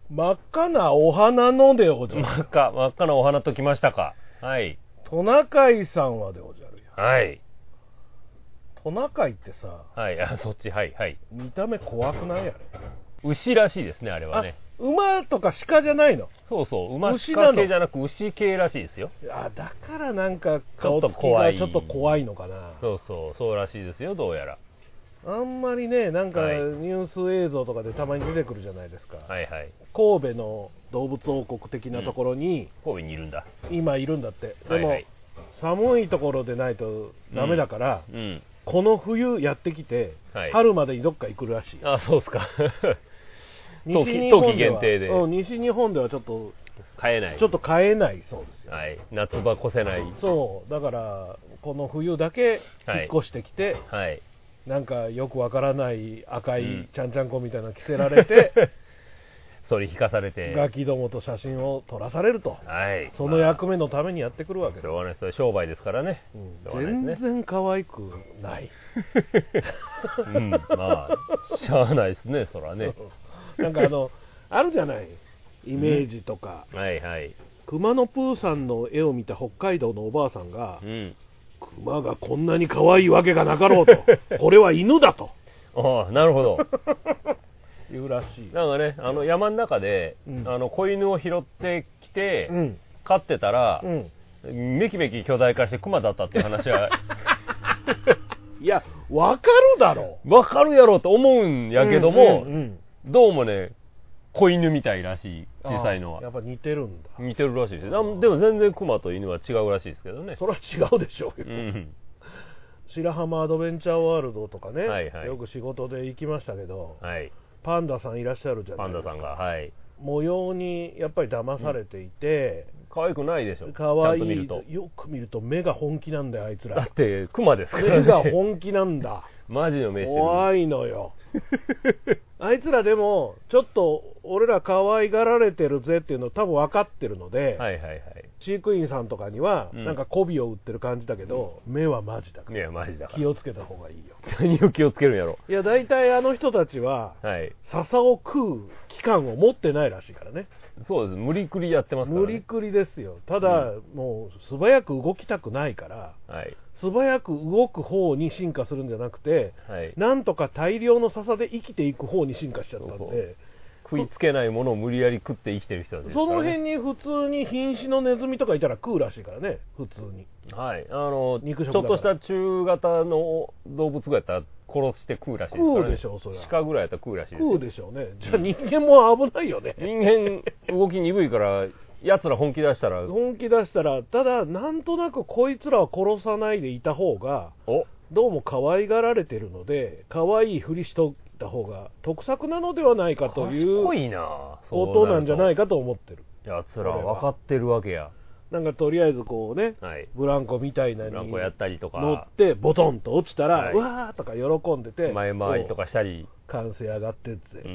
真っ赤なお花のでおじゃる。 真っ赤なお花ときましたか。はい。 トナカイさんはでおじゃるよ。 はい。 トナカイってさ、 はい、そっち、はい、はい。 見た目怖くないあれ。 牛らしいですね、あれはね。 馬とか鹿じゃないの？ そうそう、馬鹿系じゃなく牛系らしいですよ。 だからなんか顔つきがちょっと怖いのかな。 そうらしいですよ、どうやら。 あんまりね、なんかニュース映像とかでたまに出てくるじゃないですか。 はいはい。 神戸の動物王国的なところに、 神戸にいるんだ。 今いるんだって。でも、 はいはい、 寒いところでないとダメだから、この冬やってきて、春までにどっか行くらしい。 あ、そうですか。 冬季限定で。 西日本ではちょっと買えない。 ちょっと買えないそうですよ。 はい。夏場越せない。 そう。だからこの冬だけ引っ越してきて、 はい。 なんかよくわからない赤いちゃんちゃんこみたいなの着せられて、 それ引かされてガキどもと写真を撮らされると。 はい。 その役目のためにやってくるわけです。 しょうがないです。商売ですからね。 全然可愛くない。 まあしゃあないですね、そらね。 なんかあるじゃない、イメージとか。 はいはい。 熊野プーさんの絵を見た北海道のおばあさんが、熊がこんなに可愛いわけがなかろうと、これは犬だと。 ああ、なるほど。 言うらしい。 なんかね、山の中で、子犬を拾ってきて、飼ってたら、めきめき巨大化して熊だったっていう話は。 いや、わかるだろう。 わかるやろうと思うんやけども、どうもね、子犬みたいらしい、小さいのは。 やっぱ似てるんだ。 似てるらしいです。でも全然熊と犬は違うらしいですけどね。 それは違うでしょうよ。白浜アドベンチャーワールドとかね、よく仕事で行きましたけど、パンダさんいらっしゃるじゃないですか。 パンダさんが、はい。 模様にやっぱり騙されていて、 可愛くないでしょ。 可愛い。よく見ると目が本気なんだよ、あいつら。 だって熊ですからね。 目が本気なんだ。 マジの目してる。 怖いのよ。あいつらでもちょっと俺ら可愛がられてるぜっていうの多分分かってるので、飼育員さんとかにはなんか媚びを売ってる感じだけど、目はマジだから。気をつけた方がいいよ。 何を気をつけるんやろ。 いや、大体あの人たちは、笹を食う期間を持ってないらしいからね。 そうです。無理くりやってますからね。 無理くりですよ。ただ、もう素早く動きたくないから、素早く動く方に進化するんじゃなくて、なんとか大量の笹で生きていく方に進化しちゃったんで、 食いつけないものを無理やり食って生きてる人ですからね。 その辺に普通に瀕死のネズミとかいたら食うらしいからね、普通に。 はい。ちょっとした中型の動物がやったら殺して食うらしいですからね。 食うでしょ、それは。 鹿ぐらいやったら食うらしいですよ。 食うでしょうね。じゃあ人間も危ないよね。 人間動き鈍いから、奴ら本気出したら。 ただ、なんとなくこいつらは殺さないでいた方が、どうも可愛がられてるので、可愛いふりしといた方が得策なのではないかということなんじゃないかと思ってる。 奴らは分かってるわけや。 なんかとりあえずこうね、ブランコみたいなのにやったりとか乗ってボトンと落ちたら、うわーとか喜んでて、 前回りとかしたり、 歓声上がってって、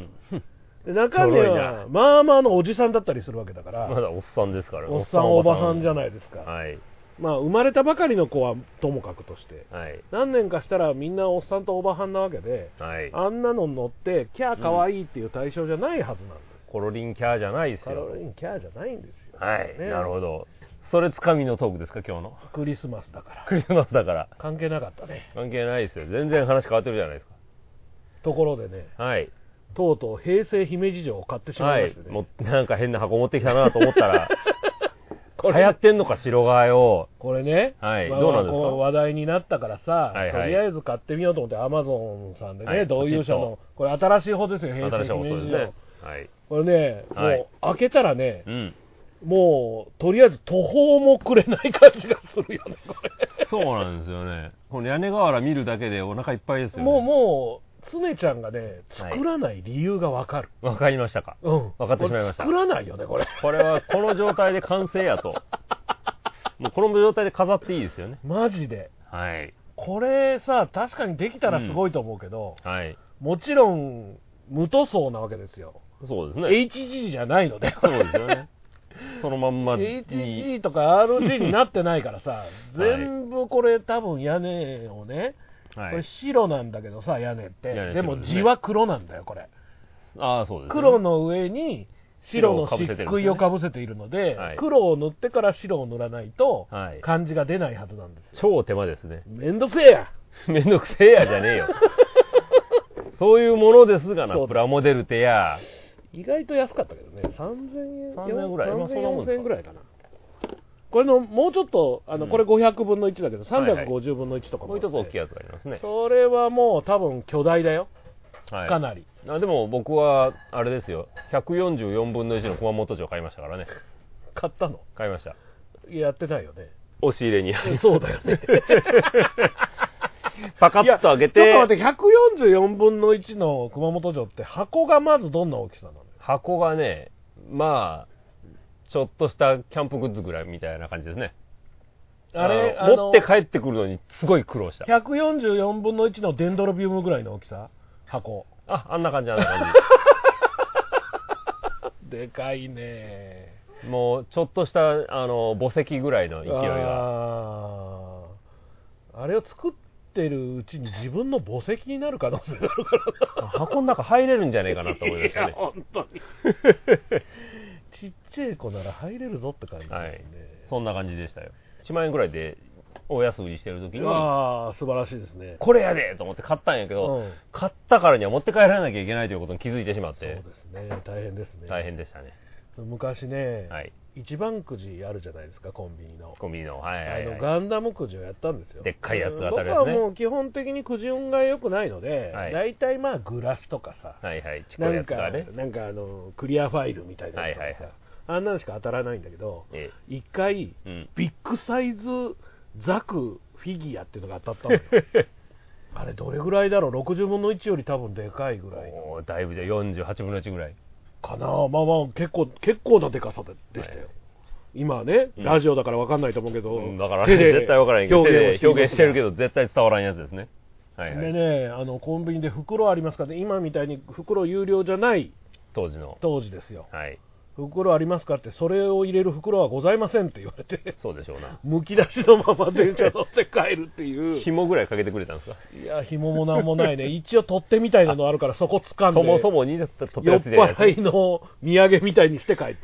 で中身はまあまあのおじさんだったりするわけだから、 まだおっさんですから。 おっさんおばさんじゃないですか。まあ生まれたばかりの子はともかくとして、何年かしたらみんなおっさんとおばはんなわけで、あんなの乗ってキャーかわいいっていう対象じゃないはずなんです。 コロリンキャーじゃないですよ。 コロリンキャーじゃないんですよ。 なるほど。それつかみのトークですか、今日の。 クリスマスだから。 クリスマスだから。 関係なかったね。 関係ないですよ。全然話変わってるじゃないですか。 ところでね、とうとう平成姫路城を買ってしまいましてね。 もうなんか変な箱持ってきたなと思ったら、流行ってんのか、白側よ。 これね、 どうなんですか。 話題になったからさ、とりあえず買ってみようと思って、アマゾンさんでね、同友者の、これ新しい方ですよ、平成姫路城。これね、もう開けたらね、もうとりあえず途方もくれない感じがするよね、これ。 そうなんですよね。この屋根瓦見るだけでお腹いっぱいですよね。 もう常ちゃんがね、作らない理由がわかる。 わかりましたか。分かってしまいました。 作らないよね、これ。 これはこの状態で完成やと。もうこの状態で飾っていいですよね。 マジで。これさ、確かにできたらすごいと思うけど、もちろん無塗装なわけですよ。 そうですね。 HG じゃないので。 そうですよね。そのまんま HG とか RG になってないからさ、全部これ多分屋根をね、これ白なんだけどさ、屋根って。でも地は黒なんだよ、これ。 そうですね。 黒の上に白の漆喰をかぶせているので、黒を塗ってから白を塗らないと漢字が出ないはずなんですよ。 超手間ですね。 めんどくせえやめんどくせえやじゃねえよそういうものですがな、プラモデルテや。 意外と安かったけどね、3000円 3000円ぐらい、 4000円ぐらいかな。これのもうちょっとこれ500分の1だけど350分の1とかもう一つ大きいやつがありますね。 それはもう多分巨大だよ、かなり。 でも僕はあれですよ、144分の1の熊本城買いましたからね。 買ったの？ 買いました。 やってないよね。 押し入れにそうだよねパカッと開けて。 ちょっと待って、144分の1の熊本城って箱がまずどんな大きさなの？ 箱がね、まあちょっとしたキャンプグッズぐらいみたいな感じですね。あれ持って帰ってくるのにすごい苦労した。 144分の1のデンドロビウムぐらいの大きさ？箱。 あんな感じ、あんな感じでかいね。 もうちょっとした墓石ぐらいの勢いが。 あれを作ってるうちに自分の墓石になる可能性があるからな。 箱の中入れるんじゃねえかなと思いましたね。 いや本当にちっちゃい子なら入れるぞって感じですね。 そんな感じでしたよ。1万円ぐらいでお安売りしてる時に、 素晴らしいですね。 これやでと思って買ったんやけど、買ったからには持って帰らなきゃいけないということに気づいてしまって。 そうですね、大変ですね。 大変でしたね。 昔ね、一番くじあるじゃないですか、コンビニの。ガンダムくじをやったんですよ。 でっかいやつ当たるやつね。 僕はもう基本的にくじ運が良くないので、大体まあグラスとかさ、なんかクリアファイルみたいなやつとかさ、あんなのしか当たらないんだけど、一回、ビッグサイズザクフィギュアっていうのが当たったのよ。あれどれぐらいだろう、60分の1より多分でかいぐらい。 だいぶじゃ48分の1ぐらいかな。まあ結構なでかさでしたよ。今はね、ラジオだから分かんないと思うけど、 だから絶対分からないけど、手で表現してるけど絶対伝わらんやつですね。 でね、コンビニで袋ありますかね、今みたいに袋有料じゃない当時ですよ。袋ありますかって、それを入れる袋はございませんって言われて。 そうでしょうな。 むき出しのまま電車乗って帰るっていう。 紐ぐらいかけてくれたんですか？ いや、紐もなんもないね。一応取っ手みたいなのあるからそこ掴んで。 そもそもに取っ手やつで。酔っ払いの土産みたいにして帰って。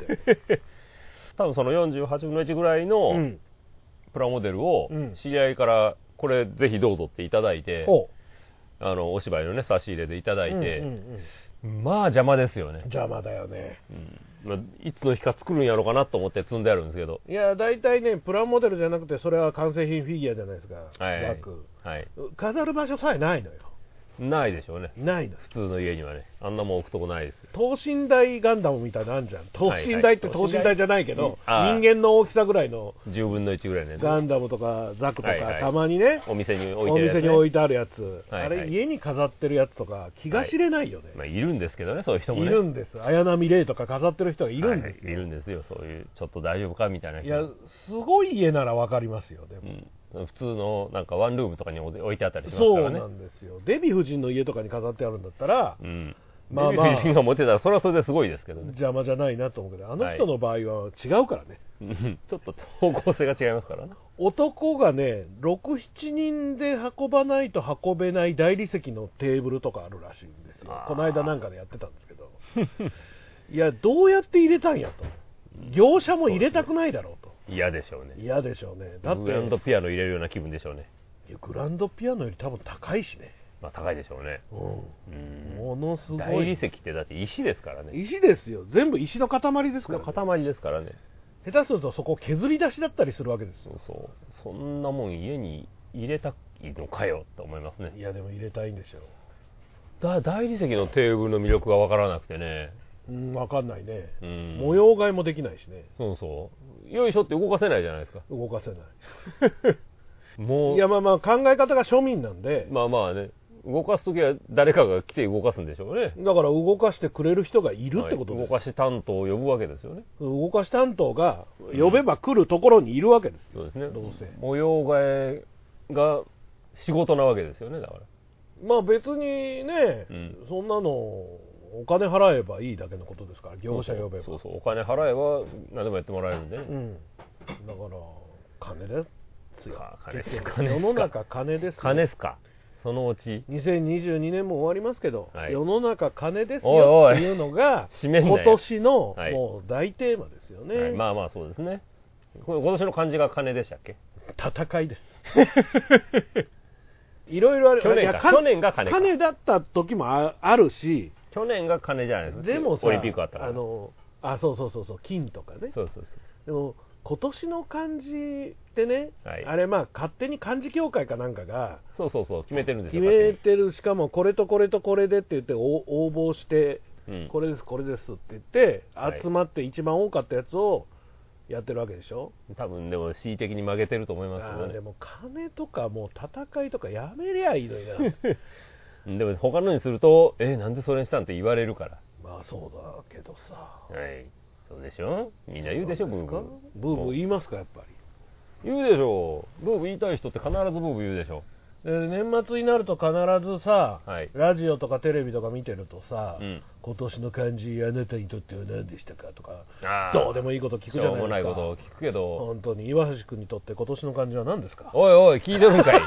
多分その48分の1ぐらいのプラモデルを知り合いからこれぜひどうぞっていただいて、お芝居のね差し入れでいただいて、まあ邪魔ですよね。 邪魔だよね。 いつの日か作るんやろうかなと思って積んであるんですけど。 いや、大体ね、プラモデルじゃなくて、それは完成品フィギュアじゃないですか。飾る場所さえないのよ。 ないでしょうね。 ないの。 普通の家にはね。あんなもん置くとこないです。 等身大ガンダムみたいなのあんじゃん。等身大って等身大じゃないけど、人間の大きさぐらいの 10分の1ぐらいね。 ガンダムとかザクとか、たまにね、 お店に置いてあるやつ。あれ、家に飾ってるやつとか、気が知れないよね。 いるんですけどね、そういう人もね。 いるんです。綾波レイとか飾ってる人がいるんですよ。 いるんですよ、そういう、ちょっと大丈夫かみたいな人。 いや、すごい家ならわかりますよ、でも。 普通のなんかワンルームとかに置いてあったりしますからね。 そうなんですよ。デヴィ夫人の家とかに飾ってあるんだったら、 デヴィ夫人が持ってたらそれはそれですごいですけどね。 邪魔じゃないなと思うけど、あの人の場合は違うからね。 ちょっと方向性が違いますからね。 男がね、6、7人で運ばないと運べない大理石のテーブルとかあるらしいんですよ。この間なんかでやってたんですけど。いや、どうやって入れたんやと。業者も入れたくないだろうと。 嫌でしょうね。 嫌でしょうね。 だってグランドピアノ入れるような気分でしょうね。 いや、グランドピアノより多分高いしね。 まあ高いでしょうね。 ものすごい。 大理石ってだって石ですからね。 石ですよ。全部石の塊ですから、ね。 塊ですからね。 下手するとそこ削り出しだったりするわけですよ。 そんなもん家に入れたいのかよと思いますね。 いや、でも入れたいんでしょう。大理石のテーブルの魅力が分からなくてね。 分かんないね。模様替えもできないしね。 よいしょって動かせないじゃないですか。 動かせないもう。いや、まあ考え方が庶民なんで。 まあね、動かすときは誰かが来て動かすんでしょうね。 だから動かしてくれる人がいるってことです。 動かし担当を呼ぶわけですよね。 動かし担当が呼べば来るところにいるわけです。 そうですね。どうせ模様替えが仕事なわけですよね。だからまあ別にね、そんなのお金払えばいいだけのことですから、業者呼べば。 お金払えば何でもやってもらえるんでね。 だから金ですよ。 世の中金ですよ。 金っすか。 そのうち 2022年も終わりますけど、 はい、 世の中金ですよっていうのが今年のもう大テーマですよね、 はい、まあまあそうですね。今年の漢字が金でしたっけ？ 戦いですいろいろある。 去年が金か。 金だった時もあるし、 去年が金じゃないですか。 でもさ、 オリンピックあったからそう金とかね。 そうでも今年の漢字ってね、はい、あれまあ勝手に漢字協会かなんかが決めてるんですよ。 決めてる。しかもこれとこれとこれでって言って応募して、これですこれですって言って集まって一番多かったやつをやってるわけでしょ。 多分でも恣意的に曲げてると思いますけどね。 でも金とかもう戦いとかやめりゃいいのになでも他のにするとなんでそれにしたんって言われるから。 まあそうだけどさ。 はい、そうでしょ。みんな言うでしょ。ブーブ言いますか？やっぱり言うでしょ。ブーブ言いたい人って必ずブーブ言うでしょ。 で年末になると必ずさ、はい、ラジオとかテレビとか見てるとさ、今年の漢字あなたにとっては何でしたかとか、どうでもいいこと聞くじゃないですか。 しょうもないこと聞くけど、 本当に岩橋君にとって今年の漢字は何ですか？ おいおい聞いてるんかい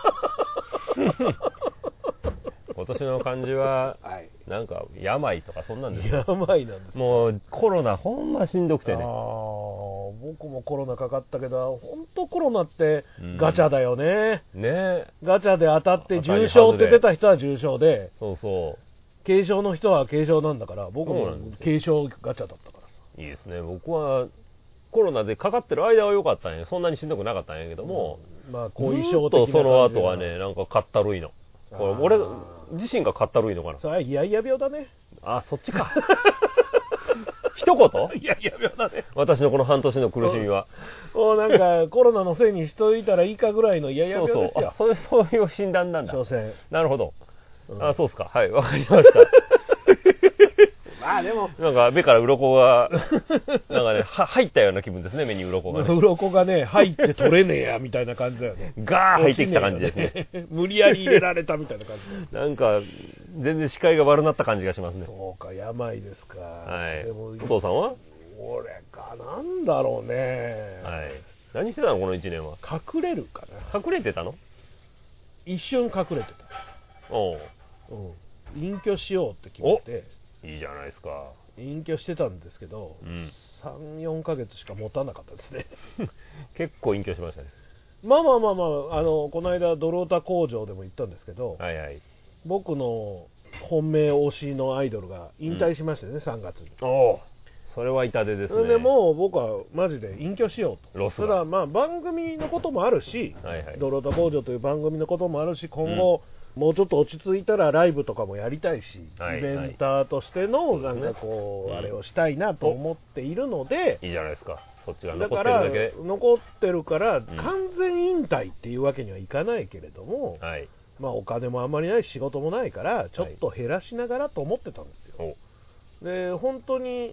今年の漢字は、はい、なんか病とかそんなんですよ。 病なんです、ね、 もうコロナほんましんどくてね。 僕もコロナかかったけど、本当コロナってガチャだよね。ガチャで当たって重症って出た人は重症で、軽症の人は軽症なんだから、僕も軽症ガチャだったからさ。 いいですね。僕はコロナでかかってる間は良かったんや。そんなにしんどくなかったんやけども、 まあ後遺症的な感じとその後はね、なんかかったるいの。これ俺自身がかったるいのかな。 それはいやいや病だね。 そっちか一言いやいや病だね。 私のこの半年の苦しみはなんかコロナのせいにしといたらいいかぐらいのいやいや病ですよ。 そういう診断なんだ。 所詮。 なるほど。そうっすか。はい、わかりましたまあでもなんか目から鱗がなんかね入ったような気分ですね。目に鱗がね。 鱗がね入って取れねえやみたいな感じだよね。 ガー入ってきた感じですね。 無理やり入れられたみたいな感じ。 なんか全然視界が悪なった感じがしますね。 そうか、病ですか。 はい。 でもお父さんは？ 俺かなんだろうね。 はい。何してたのこの1年は？ 隠れるかな。 隠れてたの？ 一瞬隠れてた。隠居しようって決めて。 いいじゃないですか。 隠居してたんですけど、3、4ヶ月しか持たなかったですね結構隠居しましたね。 まあこの間ドロータ工場でも言ったんですけど、 はいはい、 僕の本命推しのアイドルが引退しましてね、3月に。 それは痛手ですね。 それでもう僕はマジで隠居しようと。それはまあ番組のこともあるし、ドロータ工場という番組のこともあるし、今後、もうちょっと落ち着いたらライブとかもやりたいし、イベンターとしてのなんかこう、あれをしたいなと思っているので、 いいじゃないですか。そっちが残ってるだけ。 だから残ってるから完全引退っていうわけにはいかないけれども、まあお金もあんまりないし仕事もないからちょっと減らしながらと思ってたんですよ。で本当に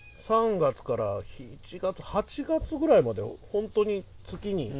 3月から7月8月ぐらいまで本当に月に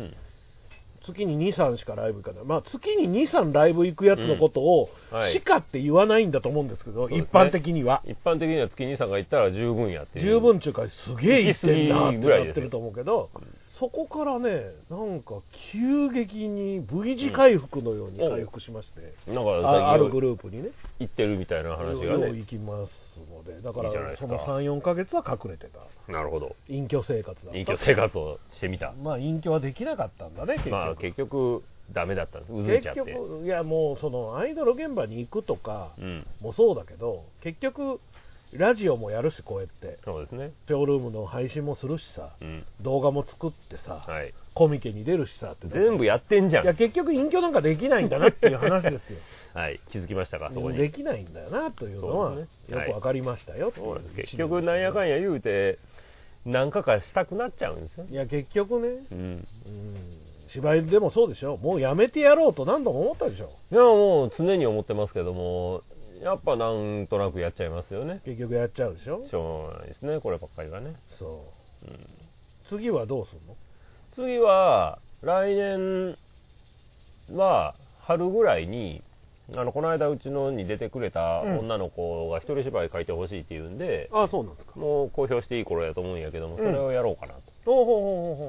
2、3しかライブ行かない。まあ月に2、3ライブ行くやつのことをしかって言わないんだと思うんですけど、一般的には。 一般的には月に3が行ったら十分やっていう。 十分っていうかすげえ行ってんなってなってると思うけど、そこからね、なんか急激に V 字回復のように回復しまして、 なんかあるグループにね行ってるみたいな話がね行きますので、だからその 3、4ヶ月は隠れてた。 なるほど。 隠居生活だった。 隠居生活をしてみた。 まあ隠居はできなかったんだね、 結局ダメだったんです。うずいちゃって。 結局いやもうそのアイドル現場に行くとかもそうだけど、結局ラジオもやるし、こうやってそうですね、 ショールームの配信もするしさ、動画も作ってさ、コミケに出るしさって全部やってんじゃん。 いや結局隠居なんかできないんだなっていう話ですよはい、気づきましたか？そこにできないんだよなというのはよく分かりましたよ。 結局なんやかんや言うて何回かしたくなっちゃうんですよ。 いや結局ね、芝居でもそうでしょ。もうやめてやろうと何度も思ったでしょ。 いやもう常に思ってますけども、やっぱなんとなくやっちゃいますよね。 結局やっちゃうでしょ。 しょうがないですね、こればっかりはね。 そう、次はどうするの？ 次は来年は春ぐらいにこの間うちのに出てくれた女の子が一人芝居書いてほしいって言うんで、 そうなんですか。 もう公表していい頃やと思うんやけども、それをやろうかなと。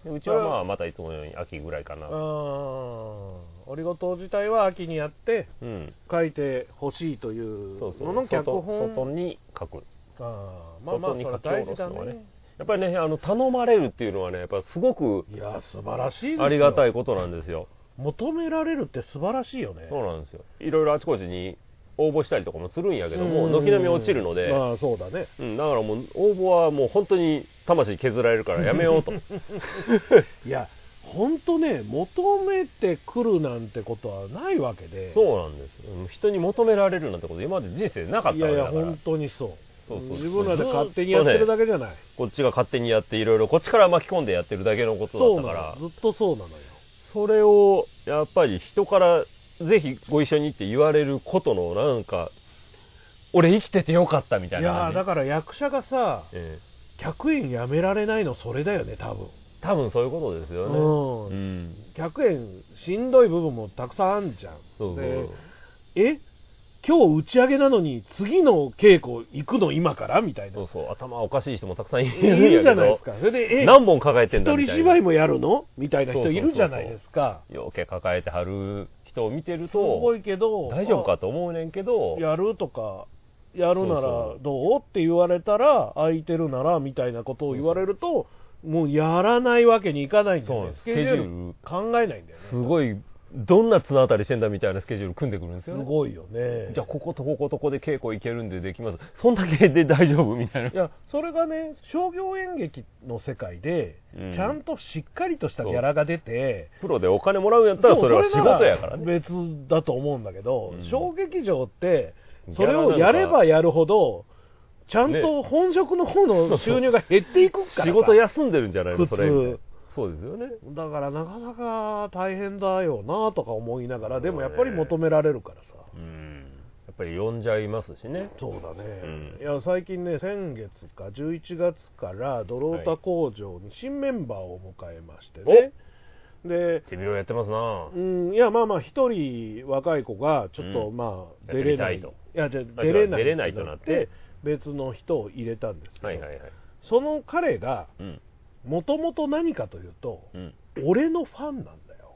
うちはまあまたいつものように秋ぐらいかな。 オリゴ糖自体は秋にやって、書いてほしいというのの脚本。 外に書く。 まあまあ、それ大事だね。 やっぱりね、頼まれるっていうのはね、やっぱすごく、 いや、素晴らしいですよ。 ありがたいことなんですよ。 求められるって素晴らしいよね。 そうなんですよ。いろいろあちこちに応募したりとかもするんやけども、軒並み落ちるので、 まあそうだね。 だからもう応募はもう本当に魂削られるからやめようと。 いや、本当ね、求めてくるなんてことはないわけで。 そうなんですよ。人に求められるなんてこと今まで人生でなかったわけだから。 いやいや、本当にそう。自分らで勝手にやってるだけじゃない。 こっちが勝手にやっていろいろこっちから巻き込んでやってるだけのことだったから。 ずっとそうなのよ。 それをやっぱり人からぜひご一緒にって言われることのなんか俺生きててよかったみたいな。 いやだから役者がさ、100円やめられないのそれだよね、 多分そういうことですよね。 100円しんどい部分もたくさんあるじゃん。今日打ち上げなのに次の稽古行くの今からみたいな。 頭おかしい人もたくさんいるじゃないですか。それで何本抱えてんだみたいな。 一人芝居もやるのみたいな人いるじゃないですか。 余計抱えてはる人を見てるとすごいけど大丈夫かと思うねんけど、 やるとかやるならどうって言われたら空いてるならみたいなことを言われるともうやらないわけにいかないんだよね。スケジュール考えないんだよね。 すごいどんな綱渡りしてんだみたいなスケジュール組んでくるんですよね。 すごいよね。 じゃあこことこことこで稽古行けるんでできます。そんだけで大丈夫みたいな。 いやそれがね商業演劇の世界で、ちゃんとしっかりとしたギャラが出てプロでお金もらうんやったらそれは仕事やからね。 別だと思うんだけど、小劇場ってそれをやればやるほどちゃんと本職の方の収入が減っていくからさ、 仕事休んでるんじゃないのそれ。そうですよね。 だからなかなか大変だよなとか思いながら、でもやっぱり求められるからさ、 やっぱり呼んじゃいますしね。 そうだね、いや最近ね先月か11月からドロータ工場に新メンバーを迎えましてね、で手広やってますな。 いやまあ一人若い子がちょっとまあ出れないと、出れないとなって別の人を入れたんですけど、その彼がもともと何かというと、俺のファンなんだよ。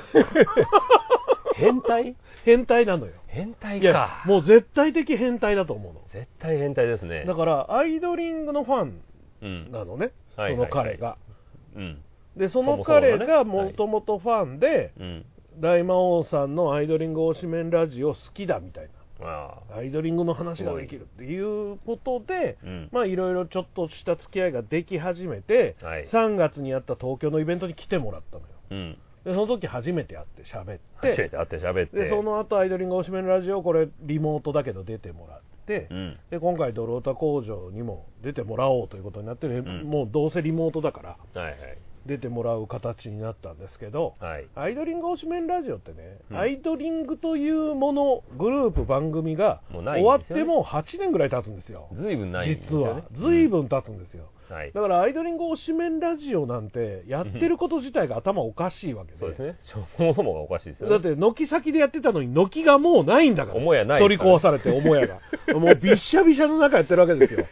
変態なのよ。 変態か。 いやもう絶対的変態だと思うの。 絶対変態ですね。 だからアイドリングのファンなのね、その彼が。でその彼がもともとファンで、大魔王さんのアイドリング推しメンラジオ好きだみたいな。アイドリングの話ができるっていうことで、まあいろいろちょっとした付き合いができ始めて、3月にやった東京のイベントに来てもらったのよ。でその時初めて会って喋って、でその後アイドリング推しメンラジオこれリモートだけど出てもらって、で今回ドロータ工場にも出てもらおうということになって、もうどうせリモートだから、出てもらう形になったんですけど、アイドリング推しメンラジオってね、アイドリングというものグループ番組が終わってもう8年ぐらい経つんですよ。 ずいぶんないんですよね。 実はずいぶん経つんですよ。だからアイドリング推しメンラジオなんてやってること自体が頭おかしいわけで、 そうですね。そもそもがおかしいですよね。 だって軒先でやってたのに軒がもうないんだから、 母屋ない取り壊されて母屋がもうびっしゃびしゃの中やってるわけですよ。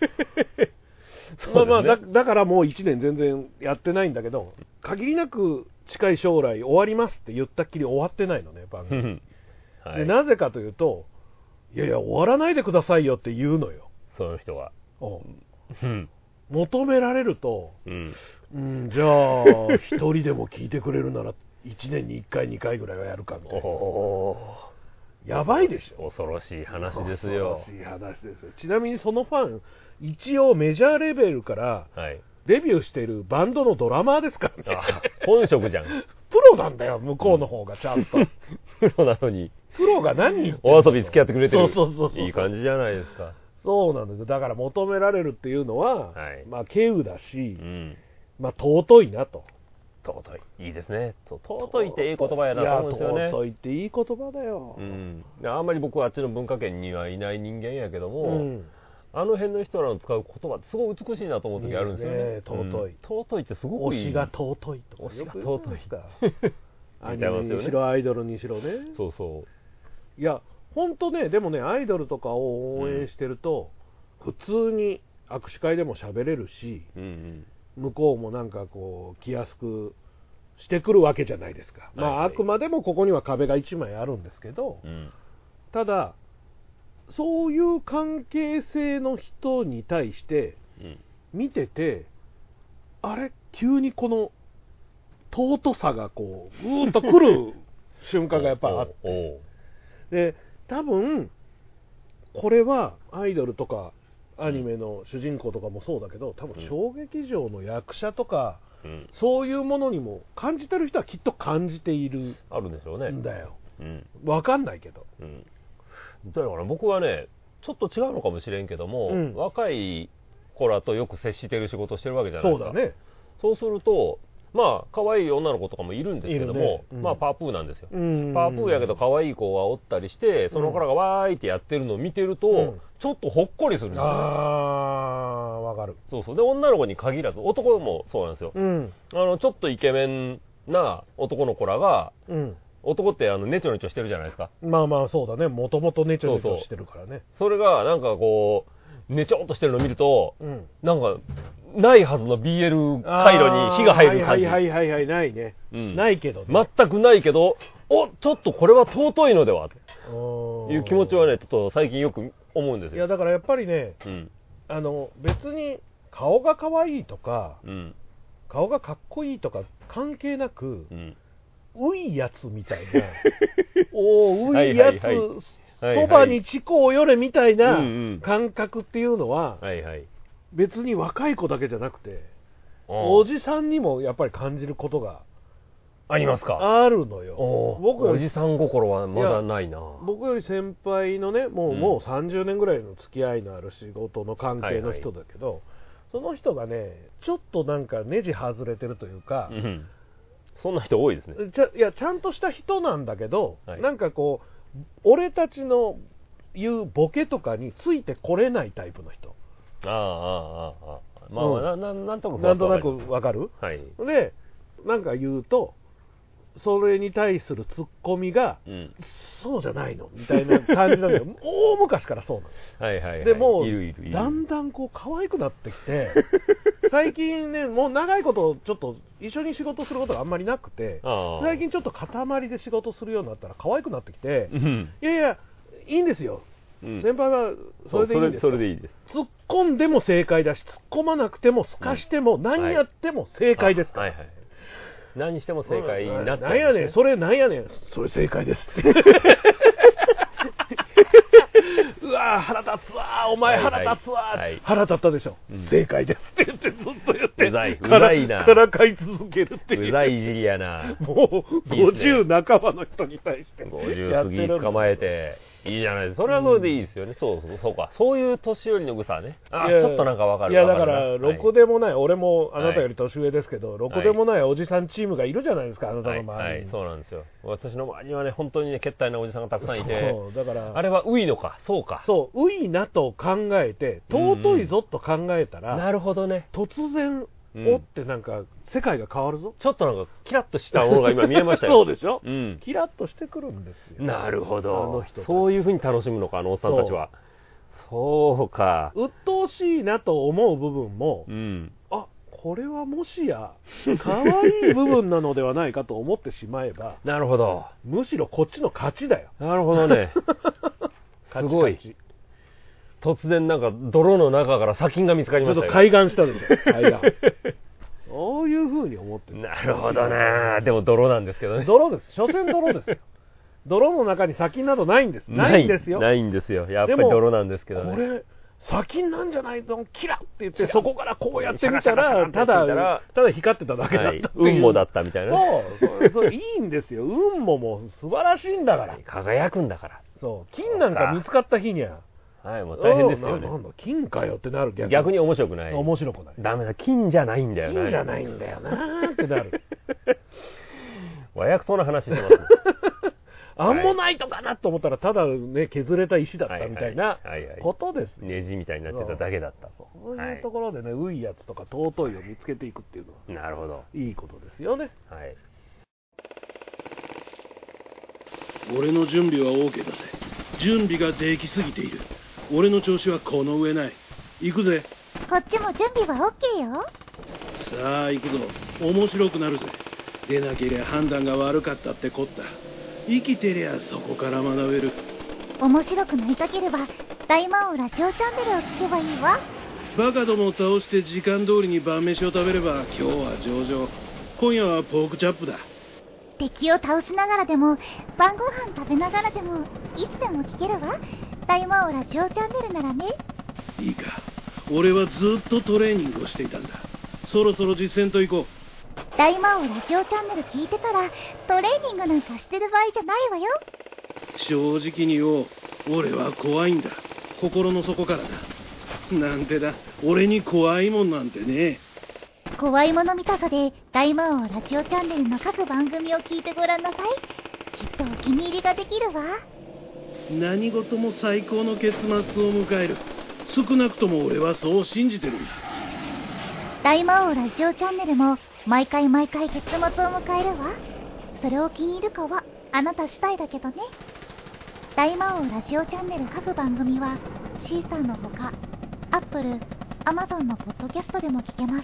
だからもう1年全然やってないんだけど、限りなく近い将来終わりますって言ったっきり終わってないのね、番組。でなぜかというと、いやいや終わらないでくださいよって言うのよ、 その人は。 求められると、じゃあ一人でも聞いてくれるなら1年に1回2回ぐらいはやるかみたいな。やばいでしょ。 恐ろしい話ですよ。 恐ろしい話ですよ。ちなみにそのファン一応メジャーレベルからデビューしているバンドのドラマーですからね。 本職じゃん。 プロなんだよ、向こうの方がちゃんと。 プロなのに。 プロが何人お遊び付き合ってくれてる。 いい感じじゃないですか。 そうなんですよ。だから求められるっていうのは、まあ稀有だし、まあ尊いなと。 尊い。いいですね。尊いっていい言葉やなと思うんですよね。 尊いっていい言葉だよ。 あんまり僕はあっちの文化圏にはいない人間やけども、あの辺の人らの使う言葉ってすごい美しいなと思う時あるんですよね。 尊い。 尊いってすごくいい。 推しが尊いとか。 推しが尊いか。 アニメにしろアイドルにしろね。 そうそう。 いや本当ね、でもねアイドルとかを応援してると、普通に握手会でも喋れるし、 向こうもなんかこう来やすくしてくるわけじゃないですか。まあ、あくまでもここには壁が1枚あるんですけど、ただそういう関係性の人に対して見てて、あれ急にこの尊さがこうぐーっと来る瞬間がやっぱあってで、多分これはアイドルとかアニメの主人公とかもそうだけど、多分小劇場の役者とか、そういうものにも感じてる人はきっと感じているあるんでしょうね。 んだよ。分かんないけど。 だから僕はね、ちょっと違うのかもしれんけども、若い子らとよく接してる仕事してるわけじゃないですか。 そうだね。 そうすると、まあ可愛い女の子とかもいるんですけども、まあパープーなんですよ。パープーやけど可愛い子がおったりして、その子らがわーいってやってるのを見てると、ちょっとほっこりするんですよね。 わかる。 そうそう。で、女の子に限らず、男もそうなんですよ。ちょっとイケメンな男の子らが、男ってネチョネチョしてるじゃないですか。 まあまあそうだね。もともとネチョネチョしてるからね。 それがなんかこう、ネチョっとしてるのを見ると、なんか、ないはずの BL 回路に火が入る感じ。 はいないね。ないけどね。全くないけど、ちょっとこれは尊いのではという気持ちはね、ちょっと最近よく思うんですよ。 いやだからやっぱりね、別に顔が可愛いとか、顔がかっこいいとか関係なく、ういやつみたいな、ういやつ、そばにチコを寄れみたいな感覚っていうのは、別に若い子だけじゃなくて、おじさんにもやっぱり感じることがありますか？ あるのよ。 僕おじさん心はまだないな。 僕より先輩のね、もう30年ぐらいの付き合いのある仕事の関係の人だけど、その人がね、ちょっとなんかネジ外れてるというか、 そんな人多いですね。 ちゃんとした人なんだけど、なんかこう、俺たちの言うボケとかについてこれないタイプの人。まあ、なんとなくわかる？で、なんか言うと、それに対するツッコミが、そうじゃないのみたいな感じなんだよ。大昔からそうなんです。でもだんだんこう可愛くなってきて、最近ね、もう長いことちょっと一緒に仕事することがあんまりなくて、最近ちょっと塊で仕事するようになったら可愛くなってきて、いやいいんですよ。先輩はそれでいいんです。 それでいいです。 突っ込んでも正解だし、突っ込まなくてもすかしても、何やっても正解ですから。 何しても正解になっちゃう。 なんやねん、それなんやねん、それ正解です。うわ腹立つわ、お前腹立つわ、腹立ったでしょ、正解ですって言ってずっと言って、 うざいな、 からかい続けるっていう、 うざいいじりやな。 もう50半ばの人に対して 50過ぎ捕まえていいじゃないですか。それはそれでいいですよね。そうか、そういう年寄りの草ね。ちょっとなんかわかる。 いやだからろくでもない、俺もあなたより年上ですけど、ろくでもないおじさんチームがいるじゃないですか、あなたの周りに。 そうなんですよ。私の周りにはね、本当にね、けったいなおじさんがたくさんいて、 だからあれはウイのか、そうか、 ウイなと考えて、尊いぞと考えたら、 なるほどね、 突然おってなんか世界が変わるぞ。 ちょっとなんかキラッとしたものが今見えましたよ。 そうでしょ、キラッとしてくるんですよ。 なるほど、そういうふうに楽しむのか、あのおっさんたちは。そうか、 鬱陶しいなと思う部分も、これはもしや可愛い部分なのではないかと思ってしまえばなるほど、 むしろこっちの勝ちだよ。 なるほどね。すごい。突然なんか泥の中から砂金が見つかりましたよ。 ちょっと開眼したでしょ。開眼。そういうふうに思ってる。 なるほどね。でも泥なんですけどね。 泥です。所詮泥ですよ。泥の中に砂金などないんです。ないんですよ。 ないんですよ。やっぱり泥なんですけどね。 これ砂金なんじゃないの、キラッって言ってそこからこうやってみたらただ光ってただけだった。 運もだったみたいな。 そういいんですよ。運も素晴らしいんだから。 輝くんだから。 そう、金なんか見つかった日には。 もう大変ですよね。 なんだ金かよってなる。 逆に面白くない。 面白くない。 ダメだ、金じゃないんだよな。 金じゃないんだよなってなる。 和訳そうな話してますね。 アンモナイトかなと思ったらただね削れた石だったみたいなことです。 ネジみたいになってただけだった。 そういうところでね、ういやつとか尊いを見つけていくっていうのは、 なるほど、 いいことですよね。 はい。 俺の準備は OK だぜ。準備ができすぎている。俺の調子はこの上ない。行くぜ。 こっちも準備は OK よ。 さあ行くぞ。面白くなるぜ。出なけりゃ判断が悪かったってこった。生きてりゃそこから学べる。 面白くなりたければ大魔王ラジオチャンネルを聞けばいいわ。 バカどもを倒して時間通りに晩飯を食べれば今日は上々。今夜はポークチャップだ。 敵を倒しながらでも晩ご飯食べながらでもいつでも聞けるわ。大魔王ラジオチャンネルならね。 いいか、俺はずっとトレーニングをしていたんだ。そろそろ実践と行こう。 大魔王ラジオチャンネル聞いてたらトレーニングなんかしてる場合じゃないわよ。 正直に言おう。俺は怖いんだ。心の底からだ。なんてだ、俺に怖いもんなんてね。 怖いもの見たさで大魔王ラジオチャンネルの各番組を聞いてごらんなさい。きっとお気に入りができるわ。 何事も最高の結末を迎える。少なくとも俺はそう信じてるんだ。 大魔王ラジオチャンネルも毎回結末を迎えるわ。それを気に入るかはあなた次第だけどね。大魔王ラジオチャンネル各番組はシーサーのほか Apple、Amazon のポッドキャストでも聞けます。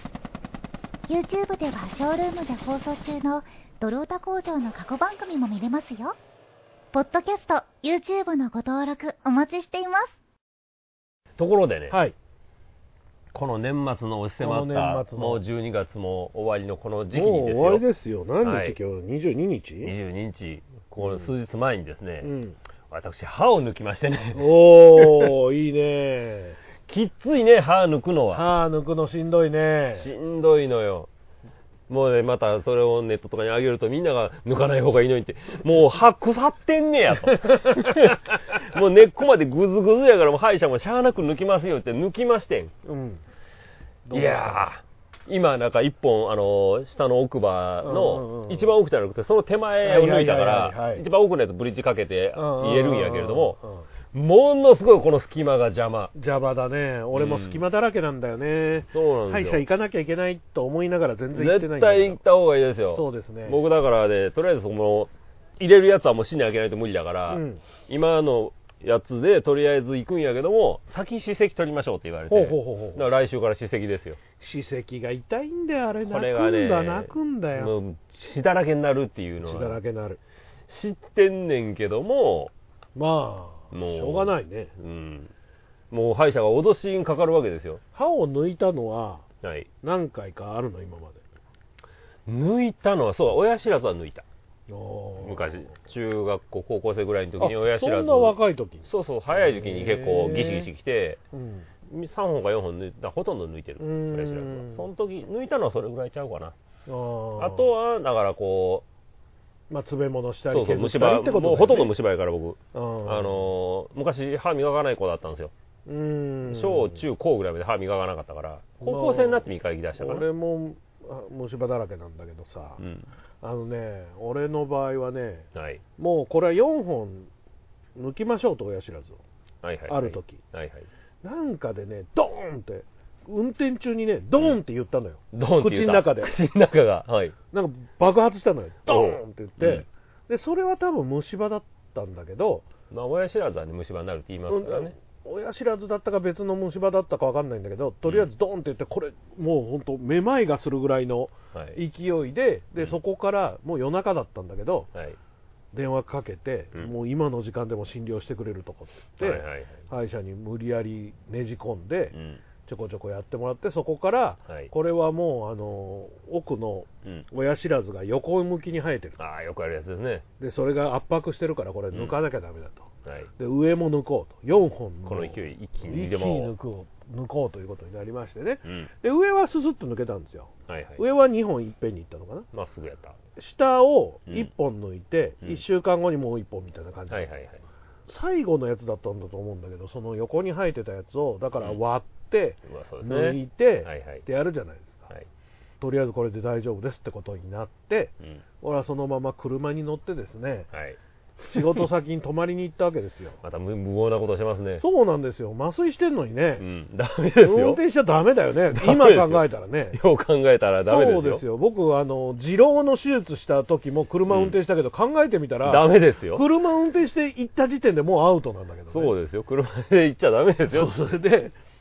YouTube ではショールームで放送中のドルオタ工場の過去番組も見れますよ。ポッドキャスト、YouTube のご登録お待ちしています。 ところでね、 はい、 この年末の押し迫ったもう12月も終わりのこの時期にですよ。 もう終わりですよ。何日、はい、今日22日 22日、この数日前にですね、私歯を抜きましてね。 おーいいね。 きっついね、歯抜くのは。 歯抜くのしんどいね。 しんどいのよ。もうね、またそれをネットとかに上げるとみんなが抜かない方がいいのにって、もう歯腐ってんねやと。もう根っこまでグズグズやから、もう歯医者もしゃあなく抜きますよって抜きましてん。いやー、今なんか一本下の奥歯の一番奥じゃなくてその手前を抜いたから一番奥のやつブリッジかけて言えるんやけれども、ものすごいこの隙間が邪魔だね。俺も隙間だらけなんだよね。 そうなんですよ。 歯医者行かなきゃいけないと思いながら全然行ってないんだよ。絶対行った方がいいですよ。 そうですね。 僕だからね、とりあえずその入れるやつはもう死に開けないと無理だから、今のやつでとりあえず行くんやけども、先歯石取りましょうって言われて、だから来週から歯石ですよ。 歯石が痛いんだよ、あれ。これがね、泣くんだよ。 もう血だらけになるっていうのは血だらけになる知ってんねんけども、 まあもうしょうがないね。 もう歯医者が脅しにかかるわけですよ。 歯を抜いたのは何回かあるの、今まで。 抜いたのは、そう、親知らずは抜いた。昔中学校高校生ぐらいの時に親知らず。 そんな若い時。 そうそう、早い時期に結構ギシギシきて、3本か4本抜いた、ほとんど抜いてる親知らずは。その時抜いたのはそれぐらいちゃうかな。あとはだからこう、 詰め物したり削ったりってことだよね。もうほとんど虫歯やから僕。昔歯磨かない子だったんですよ。小中高ぐらいまで歯磨かなかったから、高校生になって磨き出したから。 俺も虫歯だらけなんだけどさ、俺の場合はね、もうこれは4本抜きましょうと、親知らずを。ある時。なんかでね、ドーンって運転中にね、ドーンって言ったのよ。口の中で。 口の中が。 なんか爆発したのよ。ドーンって言って。で、それは多分虫歯だったんだけど。 まあ、親知らずはね、虫歯になるって言いますからね。 親知らずだったか別の虫歯だったか分かんないんだけど、とりあえずドーンって言って、これ、もう本当、めまいがするぐらいの勢いで、そこからもう夜中だったんだけど、電話かけて、もう今の時間でも診療してくれるとかって言って、歯医者に無理やりねじ込んで、ちょこちょこやってもらって、そこから、これはもう奥の親知らずが横向きに生えてる。 よくあるやつですね。 でそれが圧迫してるから、これ抜かなきゃダメだと。で上も抜こうと、4本この勢い一気に抜こうということになりましてね。で上はススッと抜けたんですよ。上は2本いっぺんにいったのかな。 まっすぐやった。 下を1本抜いて、1週間後にもう1本みたいな感じで、最後のやつだったんだと思うんだけど、その横に生えてたやつをだから割って抜いてってやるじゃないですか。とりあえずこれで大丈夫ですってことになって、俺はそのまま車に乗ってですね、仕事先に泊まりに行ったわけですよ。 また無謀なことしますね。 そうなんですよ。麻酔してんのにね、 ダメですよ。 運転しちゃダメだよね。今考えたらね。 よう考えたらダメですよ。 そうですよ。僕痔瘻の手術した時も車運転したけど、考えてみたらダメですよ。 車運転して行った時点でもうアウトなんだけどね。 そうですよ。車で行っちゃダメですよ。 それで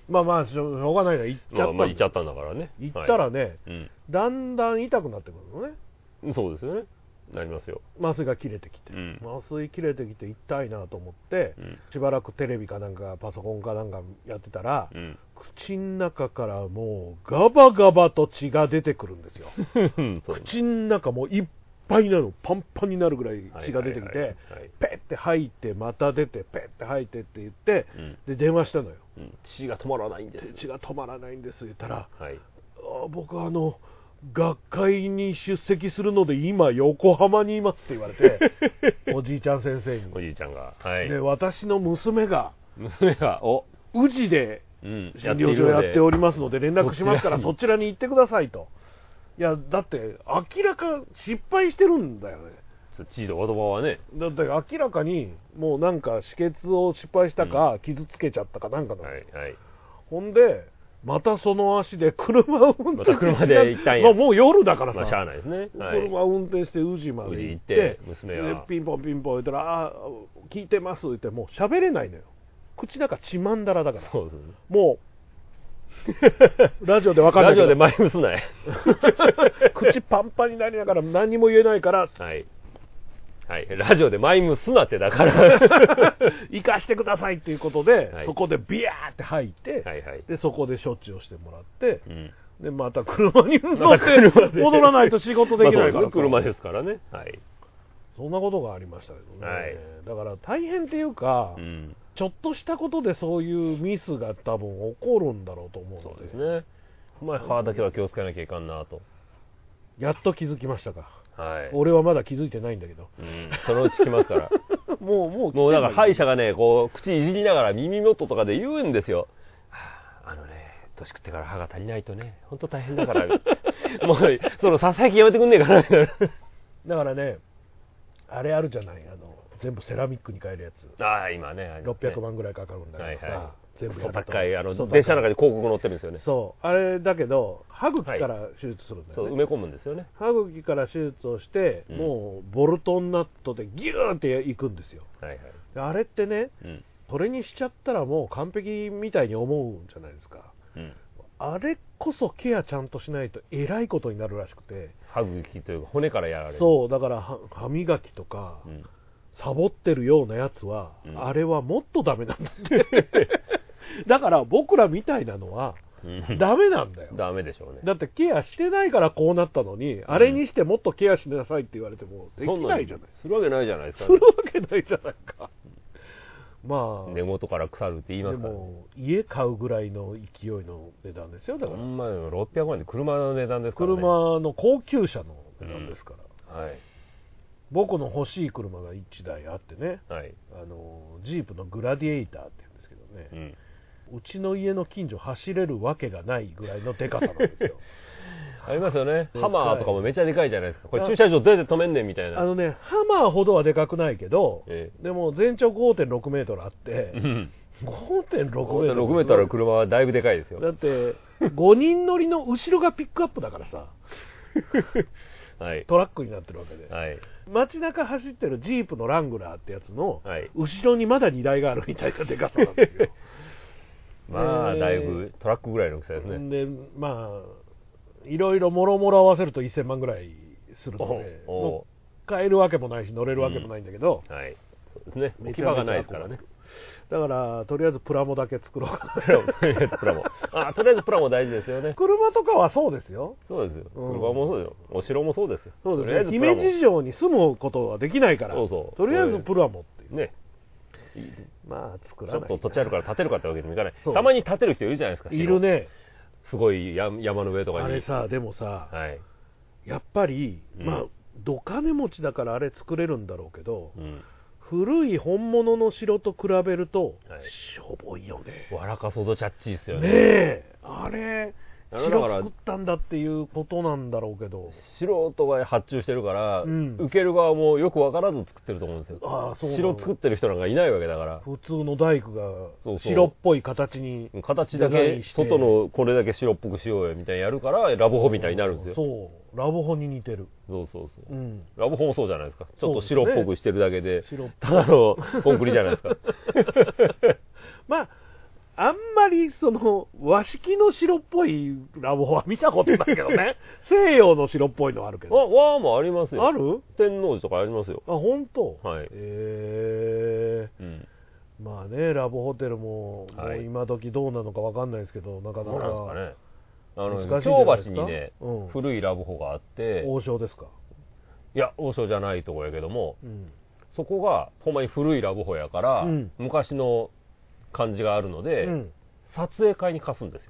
まあまあしょうがないな、行っちゃった、 まあ行っちゃったんだからね。 行ったらね、だんだん痛くなってくるのね。 そうですよね。なりますよ。 麻酔が切れてきて、麻酔切れてきて痛いなと思って、しばらくテレビかなんかパソコンかなんかやってたら、口の中からもうガバガバと血が出てくるんですよ。口の中もういっぱいになる、パンパンになるぐらい血が出てきて、ペッて吐いてまた出て、ペッて吐いてって言って、で電話したのよ。 血が止まらないんです。 血が止まらないんです言ったら、僕学会に出席するので今横浜にいますって言われておじいちゃん先生に、 おじいちゃんが、 で私の娘が宇治で診療所やっておりますので連絡しますからそちらに行ってくださいと。いやだって明らか失敗してるんだよね。 血の言葉はね。 だって明らかにもうなんか止血を失敗したか、傷つけちゃったかなんかの、ほんでまたその足で車を運転して、 車で行ったんや。 もう夜だからさ、 しゃあないですね。 車を運転して宇治まで行って、娘はピンポンピンポン言ったら、聞いてますって言って、もう喋れないのよ。口なんか血まんだらだから。そうですね。もう、ラジオで分かんないけど。 ラジオでマイムすなよ。 口パンパンになりながら何にも言えないから、 はい、ラジオでマイムすなってだから行かしてくださいっていうことで、そこでビヤーって吐いて、でそこで処置をしてもらって、でまた車に乗って戻らないと仕事できないから車ですからね。 そんなことがありましたけどね。だから大変っていうか、ちょっとしたことでそういうミスが多分起こるんだろうと思うので。 そうですね。歯だけは気をつけなきゃいかんなと。 やっと気づきましたか。俺はまだ気づいてないんだけど、 そのうち来ますからもうだから歯医者がねこう口いじりながら耳元とかで言うんですよ。年食ってから歯が足りないとね本当大変だからもうそのささやきやめてくんねえかなだからねあれあるじゃない、全部セラミックに変えるやつ。 今ね 600万ぐらいかかるんだけどさ、 全部高い電車の中で広告載ってるんですよね。 そうあれだけど歯茎から手術するんだよね。 埋め込むんですよね。 歯茎から手術をして、もうボルトナットでギューっていくんですよ。あれってね、それにしちゃったらもう完璧みたいに思うんじゃないですか。あれこそケアちゃんとしないとえらいことになるらしくて、 歯茎というか骨からやられる。 そうだから歯磨きとか、サボってるようなやつは、あれはもっとダメなんだってだから僕らみたいなのはダメなんだよ。 ダメでしょうね。 だってケアしてないからこうなったのに、あれにしてもっとケアしなさいって言われてもできないじゃない。 するわけないじゃないですか。 するわけないじゃないか。 根元から腐るって言いますから、 でも家買うぐらいの勢いの値段ですよ。だから 600万で車の値段ですからね。 車の高級車の値段ですから、僕の欲しい車が1台あってね、ジープのグラディエイターって言うんですけどね、うちの家の近所走れるわけがないぐらいのでかさなんですよありますよね。ハマーとかもめちゃでかいじゃないですか。これ駐車場どうやって止めんねんみたいな。 ハマーほどはでかくないけど、でも全長 5.6 メートルあって、5.6 メートルの車はだいぶでかいですよ。 だって5人乗りの後ろがピックアップだからさトラックになってるわけで、街中走ってるジープのラングラーってやつの後ろにまだ荷台があるみたいなでかさなんですよだいぶトラックぐらいの大きさですね。 でいろいろもろもろ合わせると1000万ぐらいするので、買えるわけもないし乗れるわけもないんだけど、 そうですね。置き場がないですからね。 だからとりあえずプラモだけ作ろうかな。 とりあえずプラモ大事ですよね。 車とかはそうですよ。 そうですよ。車もそうですよ。お城もそうですよ。 そうですね。姫路城に住むことはできないから、とりあえずプラモっていうね。作らない。 ちょっと土地あるから建てるかってわけにもいかない。たまに建てる人いるじゃないですか。 いるね。 すごい山の上とかに。 あれさ、でもさ、やっぱりど金持ちだからあれ作れるんだろうけど、古い本物の城と比べるとしょぼいよね。 わらかそどちゃっちいですよね。 ねえ、あれ城作ったんだっていうことなんだろうけど、 素人が発注してるから、受ける側もよく分からず作ってると思うんですよ。城作ってる人なんかいないわけだから。 普通の大工が白っぽい形に形だけ外のこれだけ白っぽくしようよみたいにやるからラブホみたいになるんですよ。 そうラブホに似てる。 ラブホもそうじゃないですか。ちょっと白っぽくしてるだけでただのコンクリじゃないですかあんまりその和式の白っぽいラブホは見たことないけどね。西洋の白っぽいのはあるけど。 和もありますよ。 ある？ 天王寺とかありますよ。 あ、本当？ はい。 まあね、ラブホテルも、もう今時どうなのかわかんないですけど、なかなか。 そうなんですかね。京橋にね、古いラブホがあって。 王将ですか？ いや、王将じゃないとこやけども、そこがほんまに古いラブホやから、昔の感じがあるので、撮影会に貸すんですよ。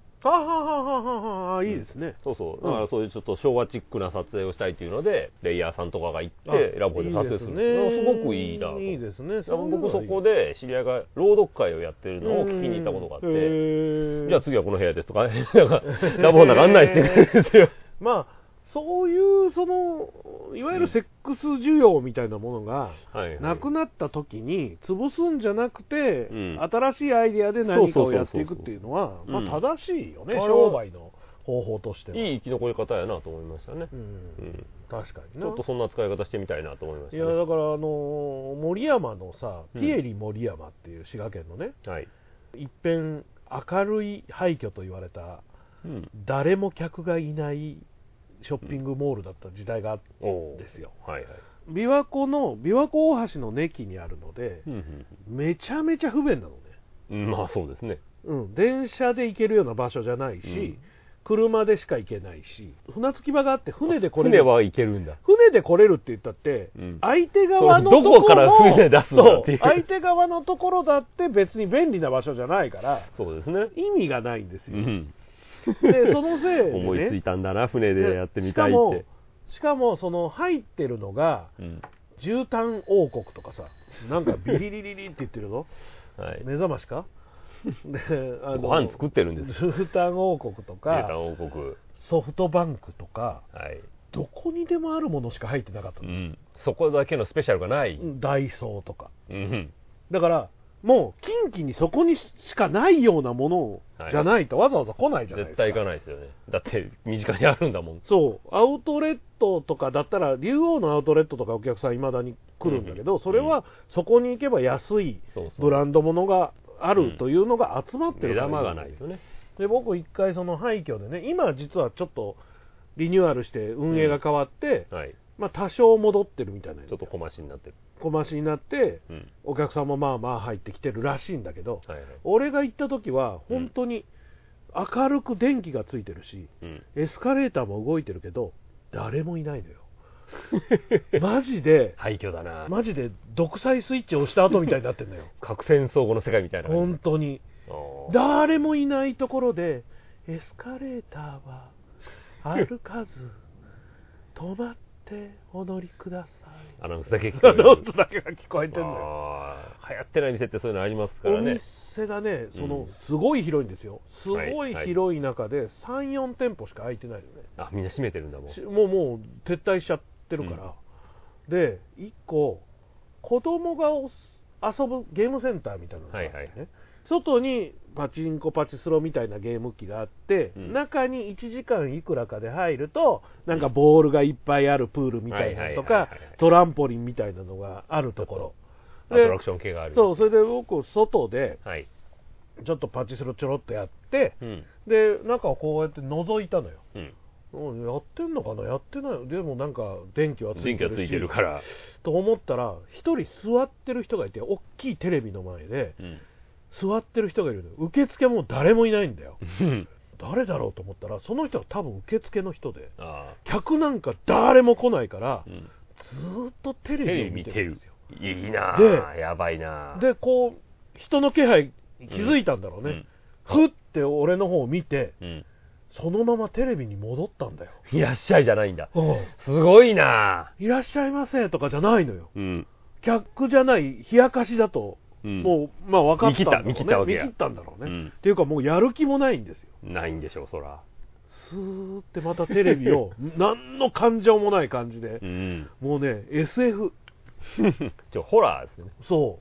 いいですね。 そうそう。だからそういうちょっと昭和チックな撮影をしたいっていうので、レイヤーさんとかが行って、ラブホで撮影するんです。すごくいいなと。 いいですね。 僕そこで知り合いが朗読会をやってるのを聞きに行ったことがあって、じゃあ次はこの部屋ですとか、ラブホの中案内してくれるんですよ。 まあそういうそのいわゆるセックス需要みたいなものがなくなった時に潰すんじゃなくて、新しいアイデアで何かをやっていくっていうのはまあ正しいよね、商売の方法としては。 いい生き残り方やなと思いましたね。 確かにちょっとそんな使い方してみたいなと思いましたね。 いやだから森山のさ、ピエリ森山っていう滋賀県のね、一遍明るい廃墟と言われた、誰も客がいないショッピングモールだった時代があったんですよ。琵琶湖大橋の根木にあるので、めちゃめちゃ不便なのね。 まあそうですね。 電車で行けるような場所じゃないし、車でしか行けないし、船着き場があって船で来れる。 船は行けるんだ。 船で来れるって言ったって、相手側のところどこから船出すんだっていう。 相手側のところだって別に便利な場所じゃないから、 そうですね。 意味がないんですよ。でそのせいで、ね、 思いついたんだな、船でやってみたいって。 しかもその入ってるのが、絨毯王国とかさ、なんかビリリリリって言ってるの、目覚ましかでご飯作ってるんです。 絨毯王国とか、ソフトバンクとか、どこにでもあるものしか入ってなかったの、 そこだけのスペシャルがない。 ダイソーとか、だからもう近畿にそこにしかないようなものじゃないとわざわざ来ないじゃないですか。 絶対行かないですよね。だって身近にあるんだもん。 そう、アウトレットとかだったら竜王のアウトレットとかお客さんいまだに来るんだけど、それはそこに行けば安いブランドものがあるというのが集まってるから、 目玉がないとね。 で僕一回その廃墟でね、今実はちょっとリニューアルして運営が変わって、まあ多少戻ってるみたいな、 ちょっと小増しになってる、 小増しになって、お客さんもまあまあ入ってきてるらしいんだけど、俺が行った時は本当に明るく電気がついてるし、エスカレーターも動いてるけど誰もいないのよ。マジで廃墟だな。 マジで独裁スイッチを押した後みたいになってんのよ。 核戦争後の世界みたいな感じ。 本当に誰もいないところでエスカレーターは歩かず止まってお乗りください。 アナウンスだけ聞こえる。 アナウンスだけが聞こえてんのよ。 流行ってない店ってそういうのありますからね。 お店がね、すごい広いんですよ。すごい広い中で3、4店舗しか開いてないよね。 あ、みんな閉めてるんだもん。 もう撤退しちゃってるから。で、1個子供が遊ぶゲームセンターみたいなのがあってね。外にパチンコパチスロみたいなゲーム機があって、中に1時間いくらかで入るとなんかボールがいっぱいあるプールみたいなのとかトランポリンみたいなのがあるところ、 アトラクション系がある。 そう、それで僕外でちょっとパチスロちょろっとやって、で中をこうやって覗いたのよ。やってんのかな、やってない。でもなんか電気はついてるからと思ったら、一人座ってる人がいて、大きいテレビの前で座ってる人がいるのよ。受付も誰もいないんだよ。誰だろうと思ったら、その人は多分受付の人で、客なんか誰も来ないから、ずーっとテレビを見てるんですよ。 いいなぁ、やばいなぁ。 でこう人の気配に気づいたんだろうね。ふって俺の方を見て、そのままテレビに戻ったんだよ。 いらっしゃいじゃないんだ。すごいなぁ。 いらっしゃいませとかじゃないのよ。客じゃない、冷やかしだともうまあ分かったんだろうね。見切ったんだろうね。っていうかもうやる気もないんですよ。 ないんでしょう、そら。 スーってまたテレビを何の感情もない感じで、もうね SF ホラーですね。 そう、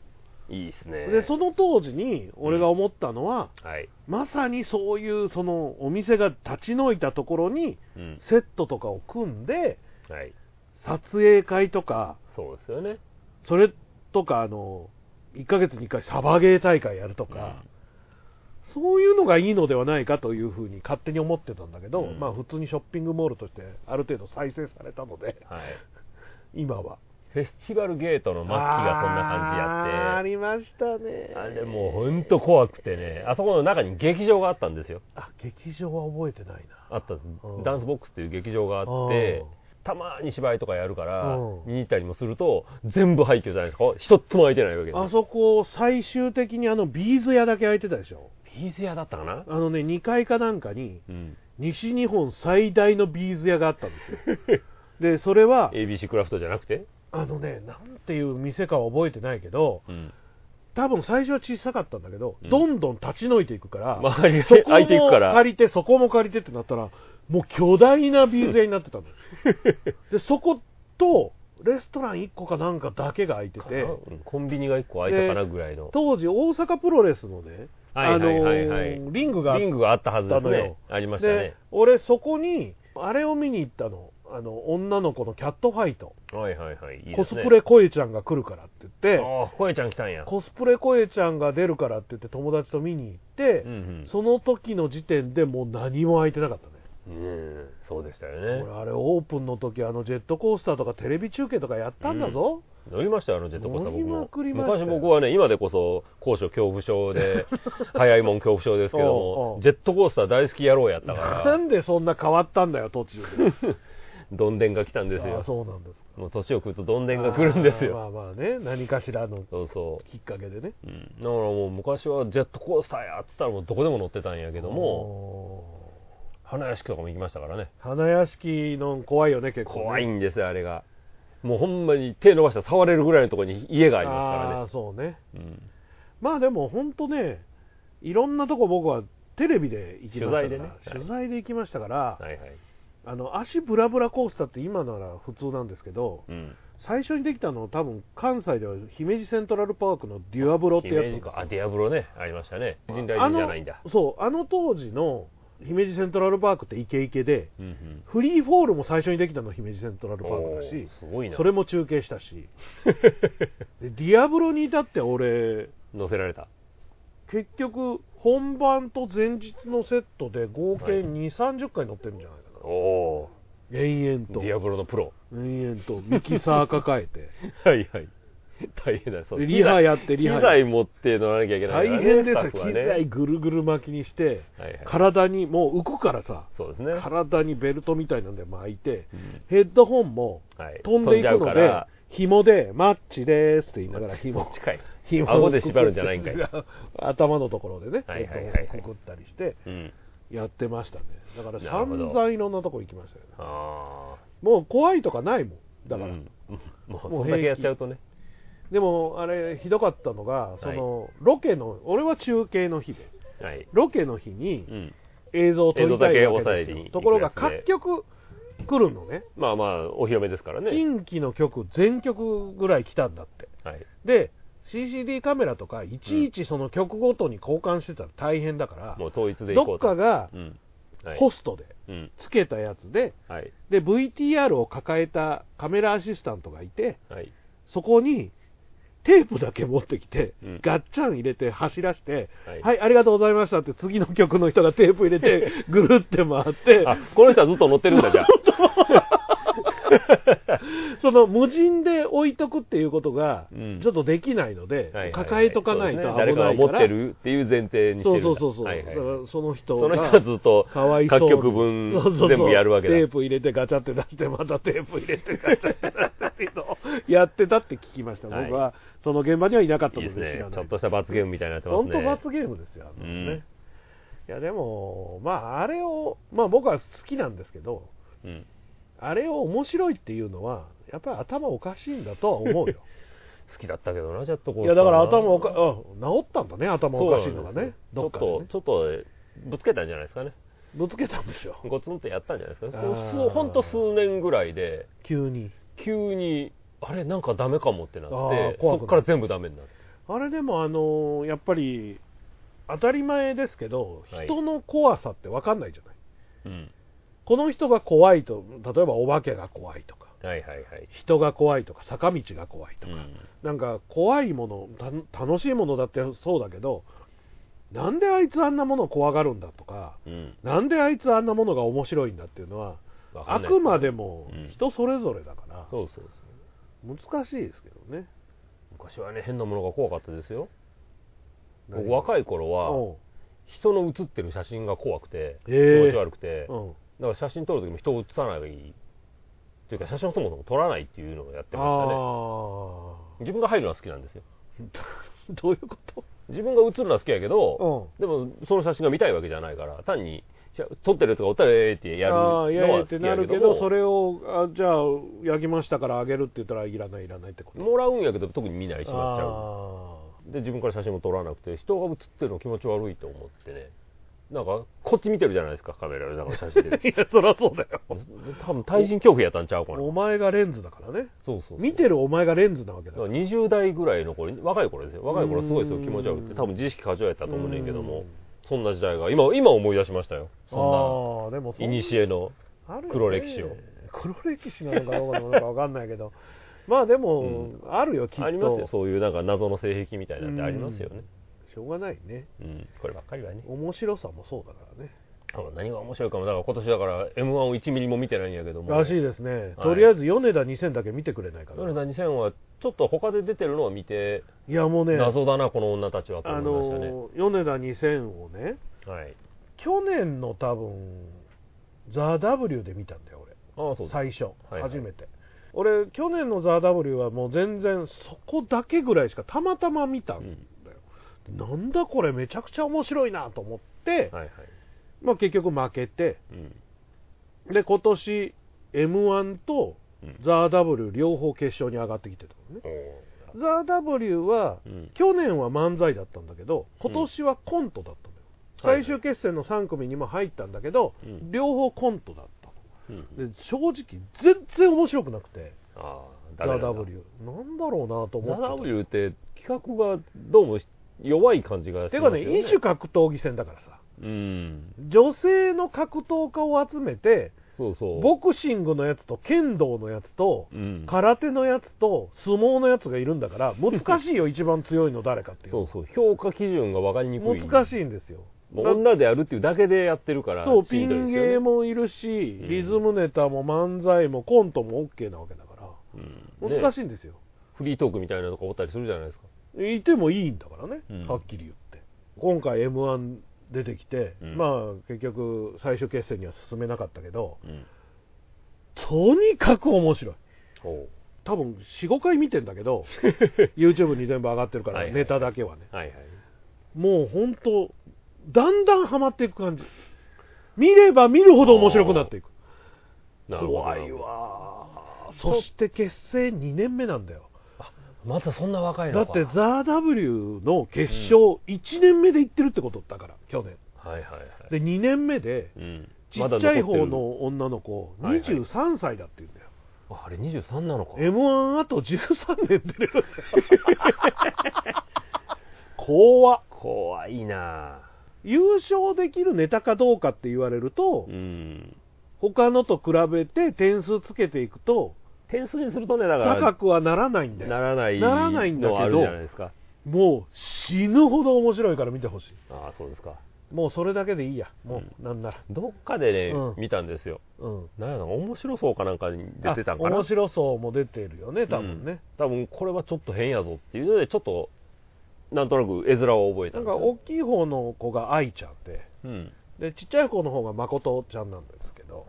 いいですね。 でその当時に俺が思ったのは、まさにそういうそのお店が立ち退いたところにセットとかを組んで、撮影会とか、 そうですよね。 それとか1ヶ月に1回サバゲー大会やるとか、 そういうのがいいのではないかというふうに勝手に思ってたんだけど、まあ普通にショッピングモールとしてある程度再生されたので、今はフェスティバルゲートの末期がそんな感じやって、 ありましたね。 あれもうほんと怖くてね、あそこの中に劇場があったんですよ。 劇場は覚えてないな。 あったんです。ダンスボックスっていう劇場があって、たまに芝居とかやるから見に行ったりもすると全部廃墟じゃないですか。一つも空いてないわけで。 あそこ最終的にビーズ屋だけ空いてたでしょ。 ビーズ屋だったかな。 2階かなんかに、西日本最大のビーズ屋があったんですよ。でそれは ABC クラフトじゃなくて、 なんていう店かは覚えてないけど、多分最初は小さかったんだけど、どんどん立ち退いていくから、 周りが空いていくから、 そこも借りてってなったら、もう巨大なビーズ屋になってたの。でそことレストラン1個かなんかだけが空いてて、 コンビニが1個空いたかなぐらいの。 当時大阪プロレスのね、リングがあったはずですね。ありましたね。 で俺そこにあれを見に行ったの。女の子のキャットファイト、コスプレコエちゃんが来るからって言って、 コエちゃん来たんや。 コスプレコエちゃんが出るからって言って友達と見に行って、その時の時点でもう何も空いてなかったね。 そうでしたよね。 俺あれオープンの時ジェットコースターとかテレビ中継とかやったんだぞ。 乗りましたよジェットコースター。僕も乗りまくりましたよ。 昔僕はね、今でこそ高所恐怖症で早いもん恐怖症ですけどもジェットコースター大好き野郎やったから。 なんでそんな変わったんだよ途中で。 どんでんが来たんですよ。 そうなんです。 もう年を食うとどんでんが来るんですよ。 まあね、何かしらのきっかけでね。 だからもう昔はジェットコースターやっつったらもうどこでも乗ってたんやけども、花屋敷とかも行きましたからね。 花屋敷の怖いよね、結構ね。 怖いんですよあれが。もうほんまに手伸ばしたら触れるぐらいのところに家がありますからね。 そうね。まあでも本当ね、いろんなとこ僕はテレビで行きましたから、取材で行きましたから、足ブラブラコースターって今なら普通なんですけど、最初にできたの多分関西では姫路セントラルパークのデュアブロってやつ。 デュアブロね、ありましたね。人来人じゃないんだ。 そう、当時の姫路セントラルパークってイケイケで、フリーフォールも最初にできたの姫路セントラルパークだし、 すごいな。 それも中継したしでディアブロに至って俺乗せられた。 結局本番と前日のセットで合計2、30回乗ってるんじゃないかな。延々とディアブロのプロ延々とミキサー抱えて大変だ。 リハやって機材持って乗らなきゃいけないからね。 大変ですよ。機材ぐるぐる巻きにして、体にもう浮くからさ、体にベルトみたいなんで巻いて、ヘッドホンも飛んでいくので紐でマッチですって言いながら紐顎で縛るんじゃないんかい。 頭のところでねヘッドホンくくったりしてやってましたね。だから散々いろんなとこ行きましたよね。もう怖いとかないもん。だからもうそんだけやっちゃうとね。 でもあれひどかったのが、そのロケの、俺は中継の日で、ロケの日に映像を撮りたいわけですよ。ところが各局来るのね。 まあお披露目ですからね。 近畿の局全局ぐらい来たんだって。で CCD カメラとかいちいちその局ごとに交換してたら大変だから、 もう統一でいこうと。 どっかがホストでつけたやつで、で VTR を抱えたカメラアシスタントがいて、そこにテープだけ持ってきて、ガッチャン入れて走らして、はい、ありがとうございましたって次の曲の人がテープ入れてぐるって回って、 この人はずっと乗ってるんだじゃあ。 その無人で置いとくっていうことがちょっとできないので、抱えとかないと危ないから、 誰かが持ってるっていう前提にしてるんだ。 そうだからその人がずっと各曲分全部やるわけだ。 テープ入れてガチャって出してまたテープ入れてガチャって出してっていうのをやってたって聞きました。僕はその現場にはいなかったので知らない。 いいですね。ちょっとした罰ゲームみたいになってますね。 本当罰ゲームですよね。いやでもあれを僕は好きなんですけど、あれを面白いっていうのはやっぱり頭おかしいんだとは思うよ。 好きだったけどな、ジェットコースター。 いやだから治ったんだね、頭おかしいのがね。 ちょっとぶつけたんじゃないですかね。 ぶつけたんでしょ。 ゴツンとやったんじゃないですか。ほんと数年ぐらいで急にあれなんかダメかもってなって、そこから全部ダメになる。 あれでもやっぱり当たり前ですけど、人の怖さって分かんないじゃない。この人が怖いと、例えばお化けが怖いとか、人が怖いとか坂道が怖いとか、なんか怖いもの楽しいものだってそうだけど、 なんであいつあんなものを怖がるんだとか、なんであいつあんなものが面白いんだっていうのはあくまでも人それぞれだから、難しいですけどね。 昔はね、変なものが怖かったですよ。僕若い頃は人の写ってる写真が怖くて気持ち悪くて、だから写真撮る時も人を写さないというか、写真をそもそも撮らないっていうのをやってましたね。自分が入るのは好きなんですよ。 どういうこと？ 自分が写るのは好きやけど、でもその写真が見たいわけじゃないから、単に撮ってるやつがおったらってやるのは好きやってなるけど、それをじゃあ焼きましたからあげるって言ったらいらないってこと？ もらうんやけど特に見ないしまっちゃう。で自分から写真も撮らなくて、人が写ってるの気持ち悪いと思ってね。なんかこっち見てるじゃないですか、カメラでだから写真で。 いやそりゃそうだよ。 多分対人恐怖やったんちゃうかな。 お前がレンズだからね。見てるお前がレンズなわけだから。 20代ぐらいの頃、若い頃ですよ。若い頃すごいですよ、気持ち悪くて。多分自意識過剰やったと思うねんけども、そんな時代が今思い出しましたよ。そんな古の黒歴史を。 黒歴史なのかどうか分かんないけど、まあでも、あるよ、きっと。 ありますよ、そういうなんか謎の性癖みたいなってありますよね。 しょうがないね。 こればっかりはね。 面白さもそうだからね。 何が面白いかも、だから今年だから M1 を1ミリも見てないんやけども。 らしいですね。とりあえず米田2000だけ見てくれないかな。 米田2000はちょっと他で出てるのを見て、 いやもうね、 謎だなこの女たちはと思いましたね。 米田2000をね、去年の多分ザ・ W で見たんだよ俺。最初、初めて。俺去年のザ・ W はもう全然そこだけぐらいしかたまたま見たんだよ。なんだこれめちゃくちゃ面白いなと思って、まあ結局負けて、で今年 M1 とザ・ W 両方決勝に上がってきてたのね。ザ・ W は、去年は漫才だったんだけど、今年はコントだったんだよ。最終決戦の3組にも入ったんだけど、両方コントだったの。で正直全然面白くなくて、ザ・ W なんだろうなと思ってた。 ザ・ W って企画がどうも弱い感じがしますよね。 てかね、異種格闘技戦だからさ、女性の格闘家を集めて、ボクシングのやつと剣道のやつと、空手のやつと相撲のやつがいるんだから難しいよ。一番強いの誰かっていう。 評価基準が分かりにくい。 難しいんですよ。 女でやるっていうだけでやってるから。 ピン芸もいるし、リズムネタも漫才もコントも OK なわけだから、難しいんですよ。 フリートークみたいなのとかおったりするじゃないですか。 いてもいいんだからね、はっきり言って。今回 M1 出てきて、まあ結局最終決戦には進めなかったけど、とにかく面白い。多分 4,5 回見てんだけどYouTube に全部上がってるから、ネタだけはね、もう本当だんだんハマっていく感じ。見れば見るほど面白くなっていく。怖いわ。そして結成2年目なんだよ。 まだそんな若いのか。 だってザ・ W の決勝1年目で行ってるってことだから、去年。で2年目で、ちっちゃい方の女の子23歳だって言うんだよ。 あれ23なのか。 M1 あと13年出れるんだよ怖いな。 優勝できるネタかどうかって言われると、他のと比べて点数つけていくと、 点数にするとね、だから高くはならないんだよ。 ならないんだけど、 もう死ぬほど面白いから見てほしい。 そうですか。 もうそれだけでいいや。もうなんならどっかでね、見たんですよ。なんやろ、面白そうかなんかに出てたんかな。 面白そうも出てるよね、多分ね。 多分これはちょっと変やぞっていうので、ちょっとなんとなく絵面を覚えたんですよ。 なんか大きい方の子が愛ちゃんで、ちっちゃい方の方が誠ちゃんなんですけど、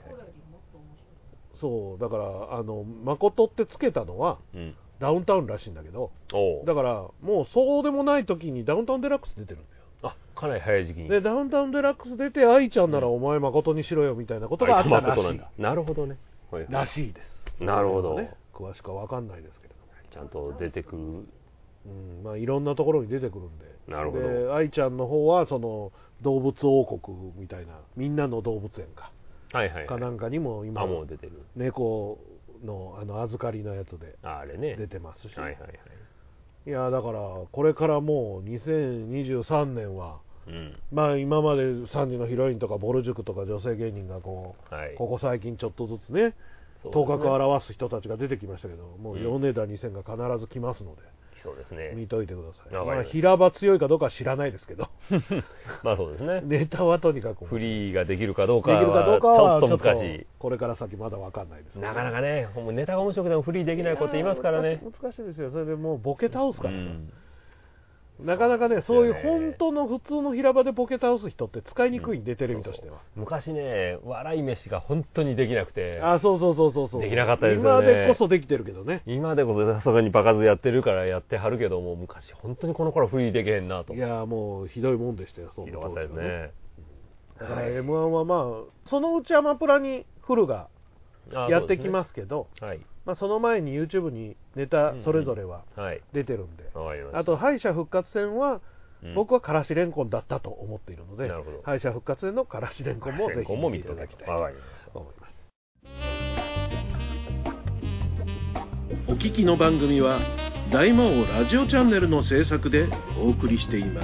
そうだから誠ってつけたのは、ダウンタウンらしいんだけど、だからもうそうでもない時にダウンタウンデラックス出てるんだよ。 かなり早い時期に。 でダウンタウンデラックス出て、愛ちゃんならお前誠にしろよみたいなことがあったらしい。 なるほどね。 らしいです。 なるほど。 詳しくは分かんないですけど、 ちゃんと出てくる。 まあいろんなところに出てくるんで。 なるほど。 で愛ちゃんの方はその動物王国みたいな、みんなの動物園かなんかにも今もう出てる。 猫の預かりのやつで出てますし、いやだからこれからもう2023年は、まあ今まで3時のヒロインとかボル塾とか女性芸人がここ最近ちょっとずつね頭角を現す人たちが出てきましたけど、もう米田2000が必ず来ますので、 きそうですね。 見といてください。まあ、平場強いかどうかは知らないですけど。 まあそうですね。 ネタはとにかく。 フリーができるかどうかはちょっと難しい。 これから先まだ分かんないですね。 なかなかね、ネタが面白くてもフリーできない子っていますからね。 難しいですよ。それでもうボケ倒すからさ。なかなかね、そういう本当の普通の平場でボケ倒す人って使いにくいんで、テレビとしては。 昔ね、笑い飯が本当にできなくて。 そう。 できなかったですよね。 今でこそできてるけどね。 今でこそさすがにバカずやってるからやってはるけども、昔本当にこの頃フリーできへんなと。 いやもうひどいもんでしたよ。 ひどかったですね。 だから M1 はまあそのうちアマプラにフルがやってきますけど、まあ、その前に YouTube にネタそれぞれは出てるんで、あと敗者復活戦は僕はからしれんこんだったと思っているので、敗者復活戦のからしれんこんもぜひ見ていただきたいと思います。 お聞きの番組は大魔王ラジオチャンネルの制作でお送りしています。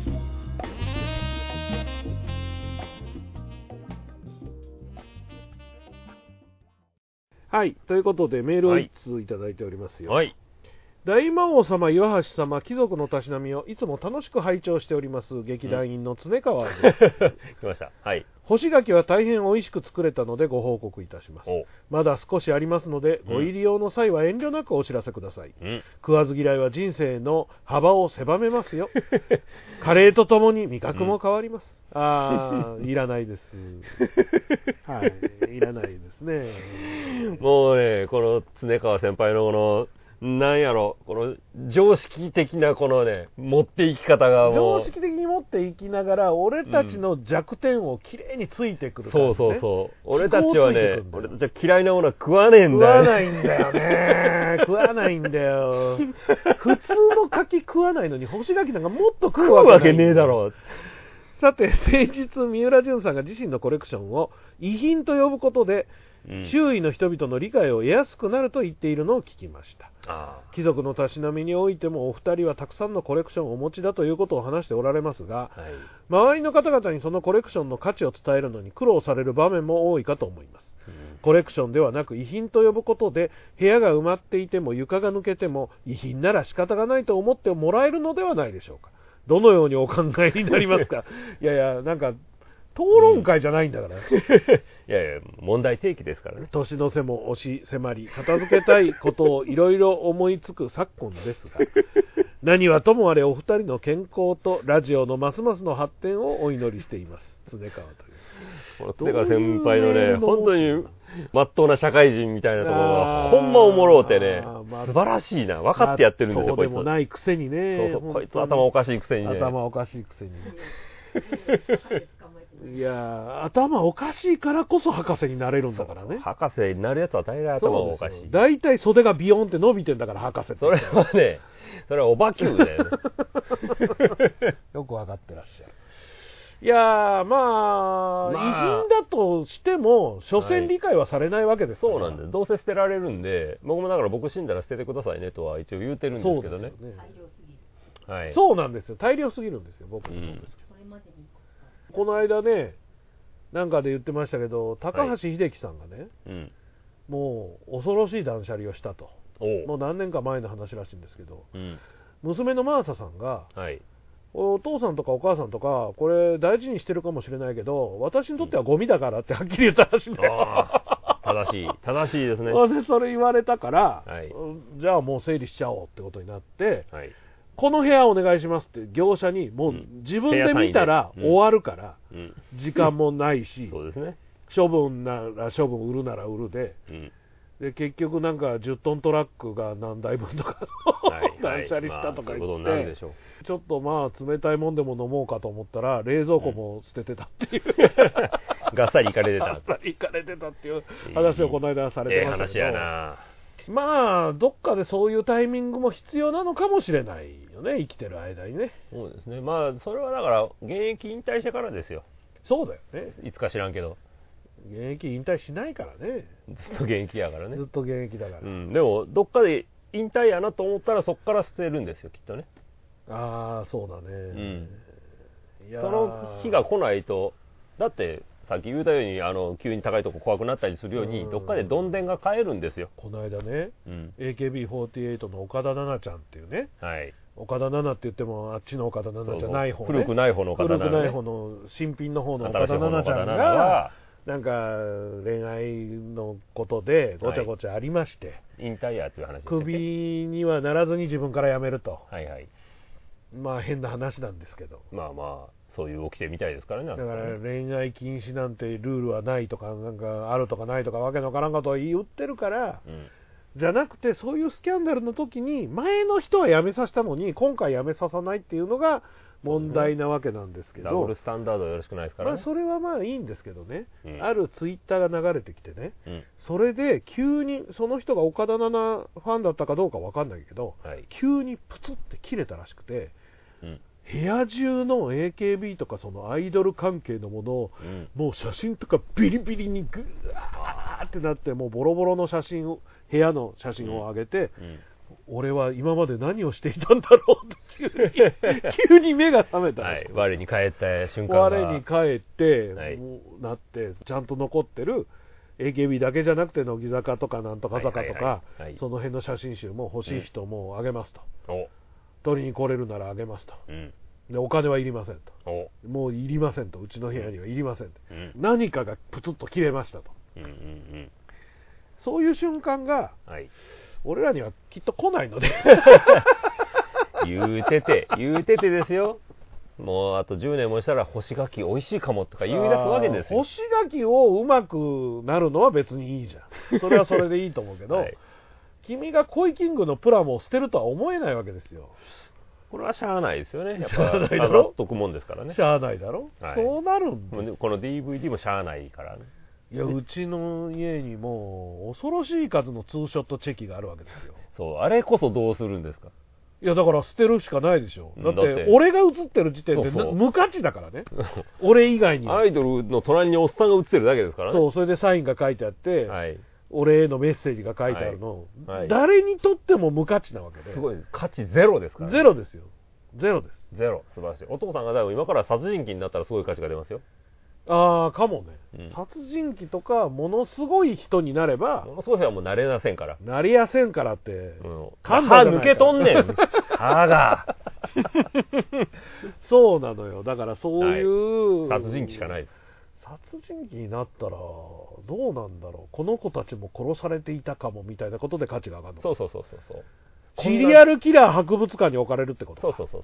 はい、ということでメールを1通いただいておりますよ。大魔王様、岩橋様、貴族のたしなみをいつも楽しく拝聴しております劇団員の常川です。 来ました。 干し柿は大変美味しく作れたのでご報告いたします。まだ少しありますので、ご入り用の際は遠慮なくお知らせください。食わず嫌いは人生の幅を狭めますよ。カレーとともに味覚も変わります。いらないです。はい、いらないですね。 もうね、この常川先輩のこのなんやろ、この常識的なこのね、持っていき方がもう常識的に持っていきながら、俺たちの弱点をきれいについてくるからね。 そう。俺たちはね、俺たちは嫌いなものは食わねえんだよ。 食わないんだよね。食わないんだよ。普通の柿食わないのに、干し柿なんかもっと食うわけねえだろう。 さて、先日、三浦淳さんが自身のコレクションを遺品と呼ぶことで、周囲の人々の理解を得やすくなると言っているのを聞きました。貴族のたしなみにおいてもお二人はたくさんのコレクションをお持ちだということを話しておられますが、周りの方々にそのコレクションの価値を伝えるのに苦労される場面も多いかと思います。コレクションではなく遺品と呼ぶことで、部屋が埋まっていても床が抜けても遺品なら仕方がないと思ってもらえるのではないでしょうか。どのようにお考えになりますか。いやなんか討論会じゃないんだから、いや問題提起ですからね。 年の瀬も押し迫り、片付けたいことをいろいろ思いつく昨今ですが、何はともあれお二人の健康とラジオのますますの発展をお祈りしています。常川というこの常川先輩のね、本当にまっとうな社会人みたいなところがほんまおもろうてね、素晴らしいな、分かってやってるんですよ、こいつ。 そうでもないくせにね。 こいつ頭おかしいくせにね。 頭おかしいくせに。いや頭おかしいからこそ博士になれるんだからね。 博士になるやつは大概頭おかしい。 大体袖がビヨンって伸びてんだから博士って。 それはね、それはおばきゅうだよね。 よく分かってらっしゃる。いやまあ、遺品だとしても所詮理解はされないわけですから、 そうなんです。どうせ捨てられるんで、僕もだから僕死んだら捨ててくださいねとは一応言うてるんですけどね。 そうなんですよ。大量すぎるんですよ。僕もそうですけど。この間ね、なんかで言ってましたけど、高橋英樹さんがね、もう恐ろしい断捨離をしたと。もう何年か前の話らしいんですけど、娘のマーサさんが、お父さんとかお母さんとかこれ大事にしてるかもしれないけど、私にとってはゴミだからってはっきり言ったらしいんだよ。 正しいですね。 でそれ言われたから、じゃあもう整理しちゃおうってことになって、この部屋お願いしますって業者にもう自分で見たら終わるから、時間もないし、処分なら処分、売るなら売るで、で結局なんか10トントラックが何台分とか断捨離したとか言って、ちょっとまあ冷たいもんでも飲もうかと思ったら冷蔵庫も捨ててたっていう、 がっさりいかれてた、 がっさりいかれてたっていう話をこの間されてましたけど、 話やな。 まあどっかでそういうタイミングも必要なのかもしれないよね、生きてる間にね。 そうですね。まあそれはだから現役引退してからですよ。 そうだよね。 いつか知らんけど現役引退しないからね。 ずっと現役やからね。 ずっと現役だから、 でもどっかで引退やなと思ったらそこから捨てるんですよ、きっとね。 ああそうだね、 その日が来ないと、だってさっき言ったように急に高いとこ怖くなったりするように、どっかでどんでんが変えるんですよ。 この間ね、AKB48 の岡田奈々ちゃんっていうね、 はい、 岡田奈々って言ってもあっちの岡田奈々じゃない方、ね、 古くない方の岡田奈々、 古くない方の新品の方の岡田奈々ちゃんがなんか恋愛のことでごちゃごちゃありまして、 引退やっていう話です。 クビにはならずに自分から辞めると、 はいはい、 まあ変な話なんですけど、 まあまあそういう起きてみたいですからね。 だから恋愛禁止なんてルールはないとか、なんかあるとかないとかわけのわからんことを言ってるから、じゃなくてそういうスキャンダルの時に前の人は辞めさせたのに今回辞めさせないっていうのが問題なわけなんですけど、 ダブルスタンダードはよろしくないですからね。 まあ、それはまあいいんですけどね、あるツイッターが流れてきてね、それで急にその人が岡田奈々ファンだったかどうかわかんないけど、急にプツって切れたらしくて、部屋中の AKB とかそのアイドル関係のものを、もう写真とかビリビリにグワーってなって、もうボロボロの写真を、部屋の写真を上げて、俺は今まで何をしていたんだろうって急に目が覚めた、 我に返った瞬間が、 我に返って、もうなってちゃんと残ってる AKB だけじゃなくて乃木坂とかなんとか坂とか、その辺の写真集も欲しい人もあげますと、取りに来れるならあげますと、でお金はいりませんと、もういりませんと、うちの部屋にはいりませんと、何かがプツッと切れましたと、そういう瞬間が、俺らにはきっと来ないので言うててですよ。もうあと10年もしたら干し柿美味しいかもとか言い出すわけですよ。 干し柿をうまくなるのは別にいいじゃん、それはそれでいいと思うけど、君がコイキングのプラモを捨てるとは思えないわけですよ。 これはしゃあないですよね。やっぱ納得もんですからね。 しゃあないだろ、そうなるんです。 この DVD もしゃあないからね。 いや、うちの家にも恐ろしい数のツーショットチェキがあるわけですよ。 そう、あれこそどうするんですか。 いや、だから捨てるしかないでしょ。だって俺が写ってる時点で無価値だからね俺以外にアイドルの隣におっさんが写ってるだけですからね。 そう、それでサインが書いてあって、俺へのメッセージが書いてあるの、誰にとっても無価値なわけで。 すごい、価値ゼロですからね。 ゼロですよ。ゼロです。 ゼロ。素晴らしい。お父さんが今から殺人鬼になったらすごい価値が出ますよ。 ああ、かもね、殺人鬼とかものすごい人になれば、 ものすごい人はもうなれませんから。 なりやせんからって、 歯抜けとんねん歯がそうなのよ。だからそういう、 殺人鬼しかないです。 殺人鬼になったらどうなんだろう、この子たちも殺されていたかもみたいなことで価値が上がるの。 そうシリアルキラー博物館に置かれるってこと。 そう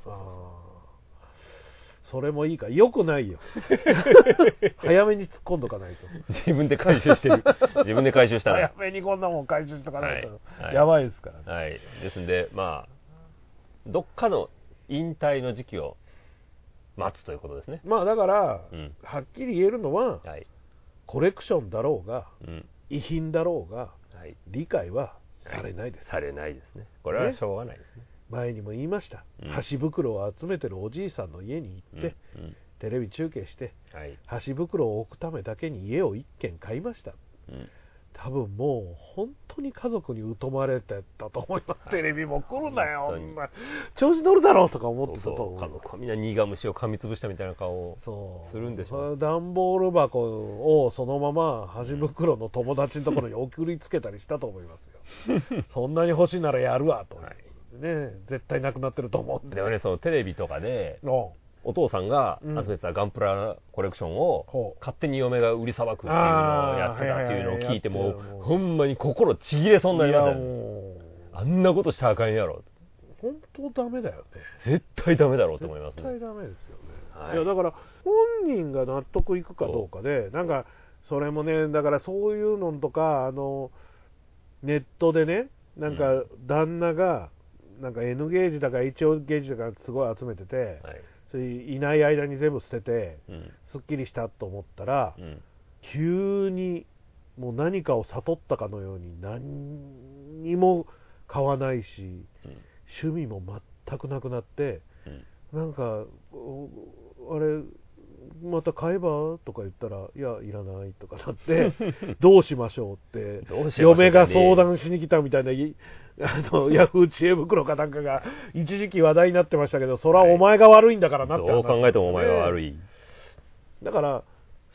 それもいいか、よくないよ早めに突っ込んどかないと。 自分で回収してる自分で回収したら早めにこんなもん回収しとかないと、やばいですから、 ですんで、まあどっかの引退の時期を待つということですね。 まあだから、はっきり言えるのは、コレクションだろうが、遺品だろうが、理解はされないです。 されないですね。これはしょうがないですね。 前にも言いました、箸袋を集めてるおじいさんの家に行って、テレビ中継して、箸袋を置くためだけに家を1軒買いました、多分もう本当に家族に疎まれてたと思います。テレビも来るなよ、調子乗るだろうとか思ってたと思う。 家族はみんな苦虫を噛みつぶしたみたいな顔をするんでしょう。 段ボール箱をそのまま箸袋の友達のところに送りつけたりしたと思いますよそんなに欲しいならやるわと、絶対なくなってると思うんで。 でもね、そのテレビとかでお父さんが集めてたガンプラコレクションを勝手に嫁が売りさばくっていうのをやってたっていうのを聞いて、もほんまに心ちぎれそうになりましたね。あんなことしたらあかんやろ。 本当ダメだよね。 絶対ダメだろうと思いますね。 絶対ダメですよね。いやだから本人が納得いくかどうかで、なんかそれもね、だからそういうのとかネットでね、なんか旦那がなんか N ゲージだか HO ゲージだかすごい集めてて、それいない間に全部捨てて、すっきりしたと思ったら、急にもう何かを悟ったかのように何にも買わないし、趣味も全くなくなって、なんかあれまた買えばとか言ったら、いやいらないとかなってどうしましょうって嫁が相談しに来たみたいなヤフー知恵袋かなんかが一時期話題になってましたけど、それはお前が悪いんだからなって話、 どう考えてもお前が悪い。 だから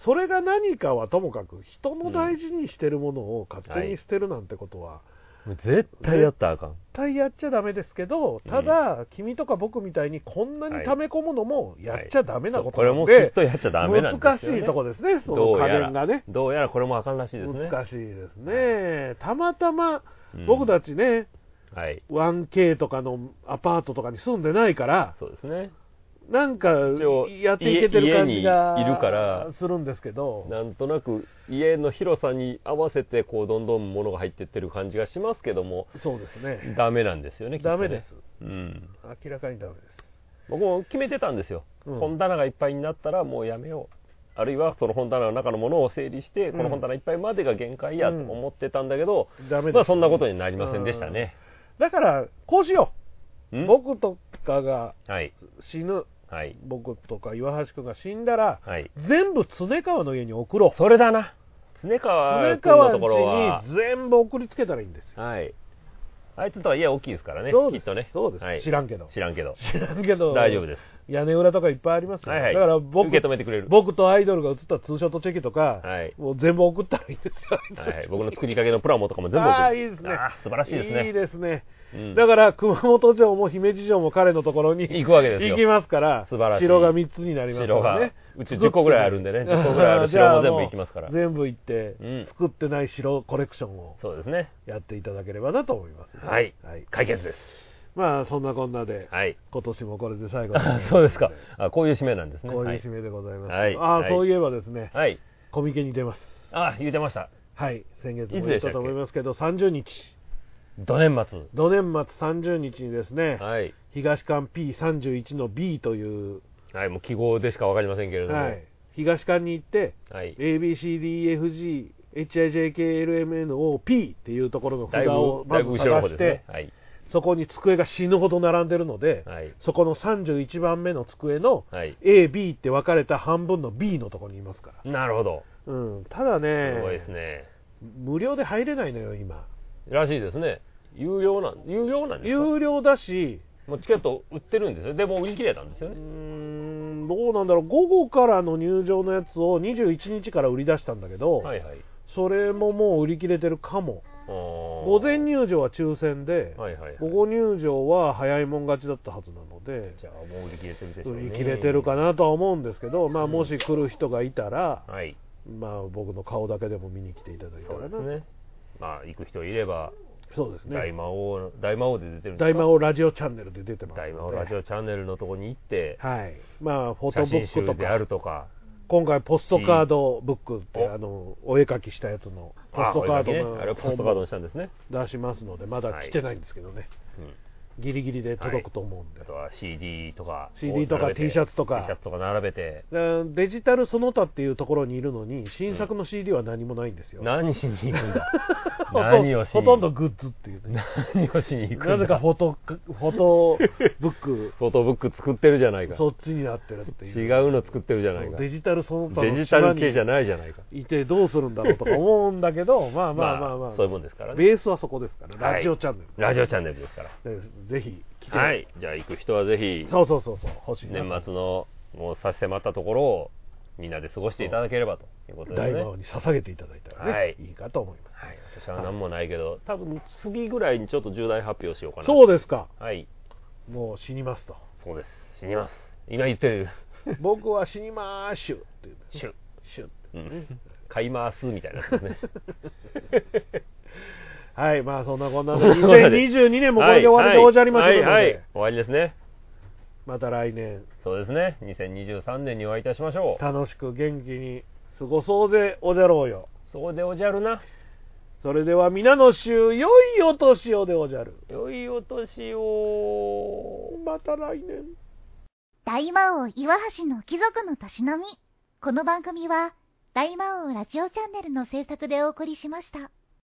それが何かはともかく、人の大事にしてるものを勝手に捨てるなんてことは、 絶対やったらあかん。 絶対やっちゃダメですけど、ただ、君とか僕みたいにこんなに溜め込むのもやっちゃダメなことなんで、 これもきっとやっちゃダメなんですよね。 難しいとこですね、その加減がね。 どうやらこれもあかんらしいですね。 難しいですね。たまたま、僕たちね、1K とかのアパートとかに住んでないから、 そうですね。 なんかやっていけてる感じがいるからするんですけど、 なんとなく家の広さに合わせてこうどんどん物が入ってってる感じがしますけども、 そうですね。 ダメなんですよね。 ダメです。 明らかにダメです。 僕も決めてたんですよ。本棚がいっぱいになったらもうやめよう。あるいはその本棚の中のものを整理して、この本棚いっぱいまでが限界やと思ってたんだけど、まあそんなことになりませんでしたね。 だからこうしよう。僕とかが死ぬ。僕とか岩橋君が死んだら、全部常川の家に送ろう。 それだな。常川君のところはに全部送りつけたらいいんですよ。 あいつとは家大きいですからね、きっとね。 そうです。知らんけど大丈夫です。 屋根裏とかいっぱいありますよ。だから僕受け止めてくれる。 僕とアイドルが写ったツーショットチェキとか、もう全部送ったらいいですよ。 僕の作りかけのプラモとかも全部送る。 いいですね。 素晴らしいですね。 いいですね。だから熊本城も姫路城も彼のところに行くわけですよ。 行きますから、 素晴らしい。 城が3つになりますからね。 うち10個ぐらいあるんでね、10個ぐらいある城も全部行きますから。 全部行って、作ってない城コレクションをやっていただければなと思います。 解決です。 まあそんなこんなで、今年もこれで最後に。 そうですか。こういう締めなんですね。 こういう締めでございます。そういえばですね、コミケに出ます。 言うてました。 先月も言ったと思いますけど、30日。 土年末 30日にですね、東館 P31 の B という、 もう記号でしか分かりませんけれども、 東館に行って、ABCDEFGHIJKLMNOP っていうところの札をまず探して、そこに机が死ぬほど並んでるので、そこの31番目の机の A、B って分かれた半分の B のところにいますから。 なるほど。 ただね、 すごいですね。 無料で入れないのよ、今。 らしいですね。有料なんですか？ 有料だし、 もうチケット売ってるんですよ。でも売り切れたんですよね。 どうなんだろう。午後からの入場のやつを21日から売り出したんだけど、それももう売り切れてるかも。午前入場は抽選で、午後入場は早いもん勝ちだったはずなので、 じゃあもう売り切れてるでしょうね。 売り切れてるかなとは思うんですけど、まあもし来る人がいたら、まあ僕の顔だけでも見に来ていただいたらな。 そうですね。まあ行く人いれば、 そうですね。 大魔王で出てるんですか？ 大魔王ラジオチャンネルで出てます。 大魔王ラジオチャンネルのとこに行って、 まあフォトブックとかであるとか、 今回ポストカードブックってお絵描きしたやつのポストカードのあれポストカードにしたんですね。 出しますので、まだ来てないんですけどね。ギリギリで届くと思うんで、 あとは CD とか T シャツとか並べて、 デジタルその他っていうところにいるのに新作の CD は何もないんですよ。 何しに行くんだほとんどグッズっていうね。 何をしに行くんだ。 なぜかフォトブック作ってるじゃないか。 そっちになってるっていう。 違うの作ってるじゃないか。 デジタルその他デジタル系じゃないじゃないか。 いてどうするんだろうとか思うんだけど、まあそういうもんですからね。 ベースはそこですから、ラジオチャンネル。 ラジオチャンネルですから。 ぜひ来て。じゃあ行く人はぜひ、 そう欲しい。 年末のもう差し迫ったところをみんなで過ごしていただければということですね。 大魔王に捧げていただいたらね、いいかと思います。 私は何もないけど、多分次ぐらいにちょっと重大発表しようかな。 そうですか。もう死にますと。 そうです。死にます。今言ってる。 僕は死にまーしゅって言うんです。 シュ。買いますみたいなやつですね。 まあそんなこんなで2022年もこれで終わりでおじゃりましょうので、 終わりですね。 また来年、 そうですね、2023年にお会いいたしましょう。 楽しく元気に過ごそうでおじゃろうよ。 そうでおじゃるな。 それでは皆の衆、良いお年をでおじゃる。 良いお年を。 また来年。 大魔王岩橋の貴族のたしなみ。この番組は大魔王ラジオチャンネルの制作でお送りしました。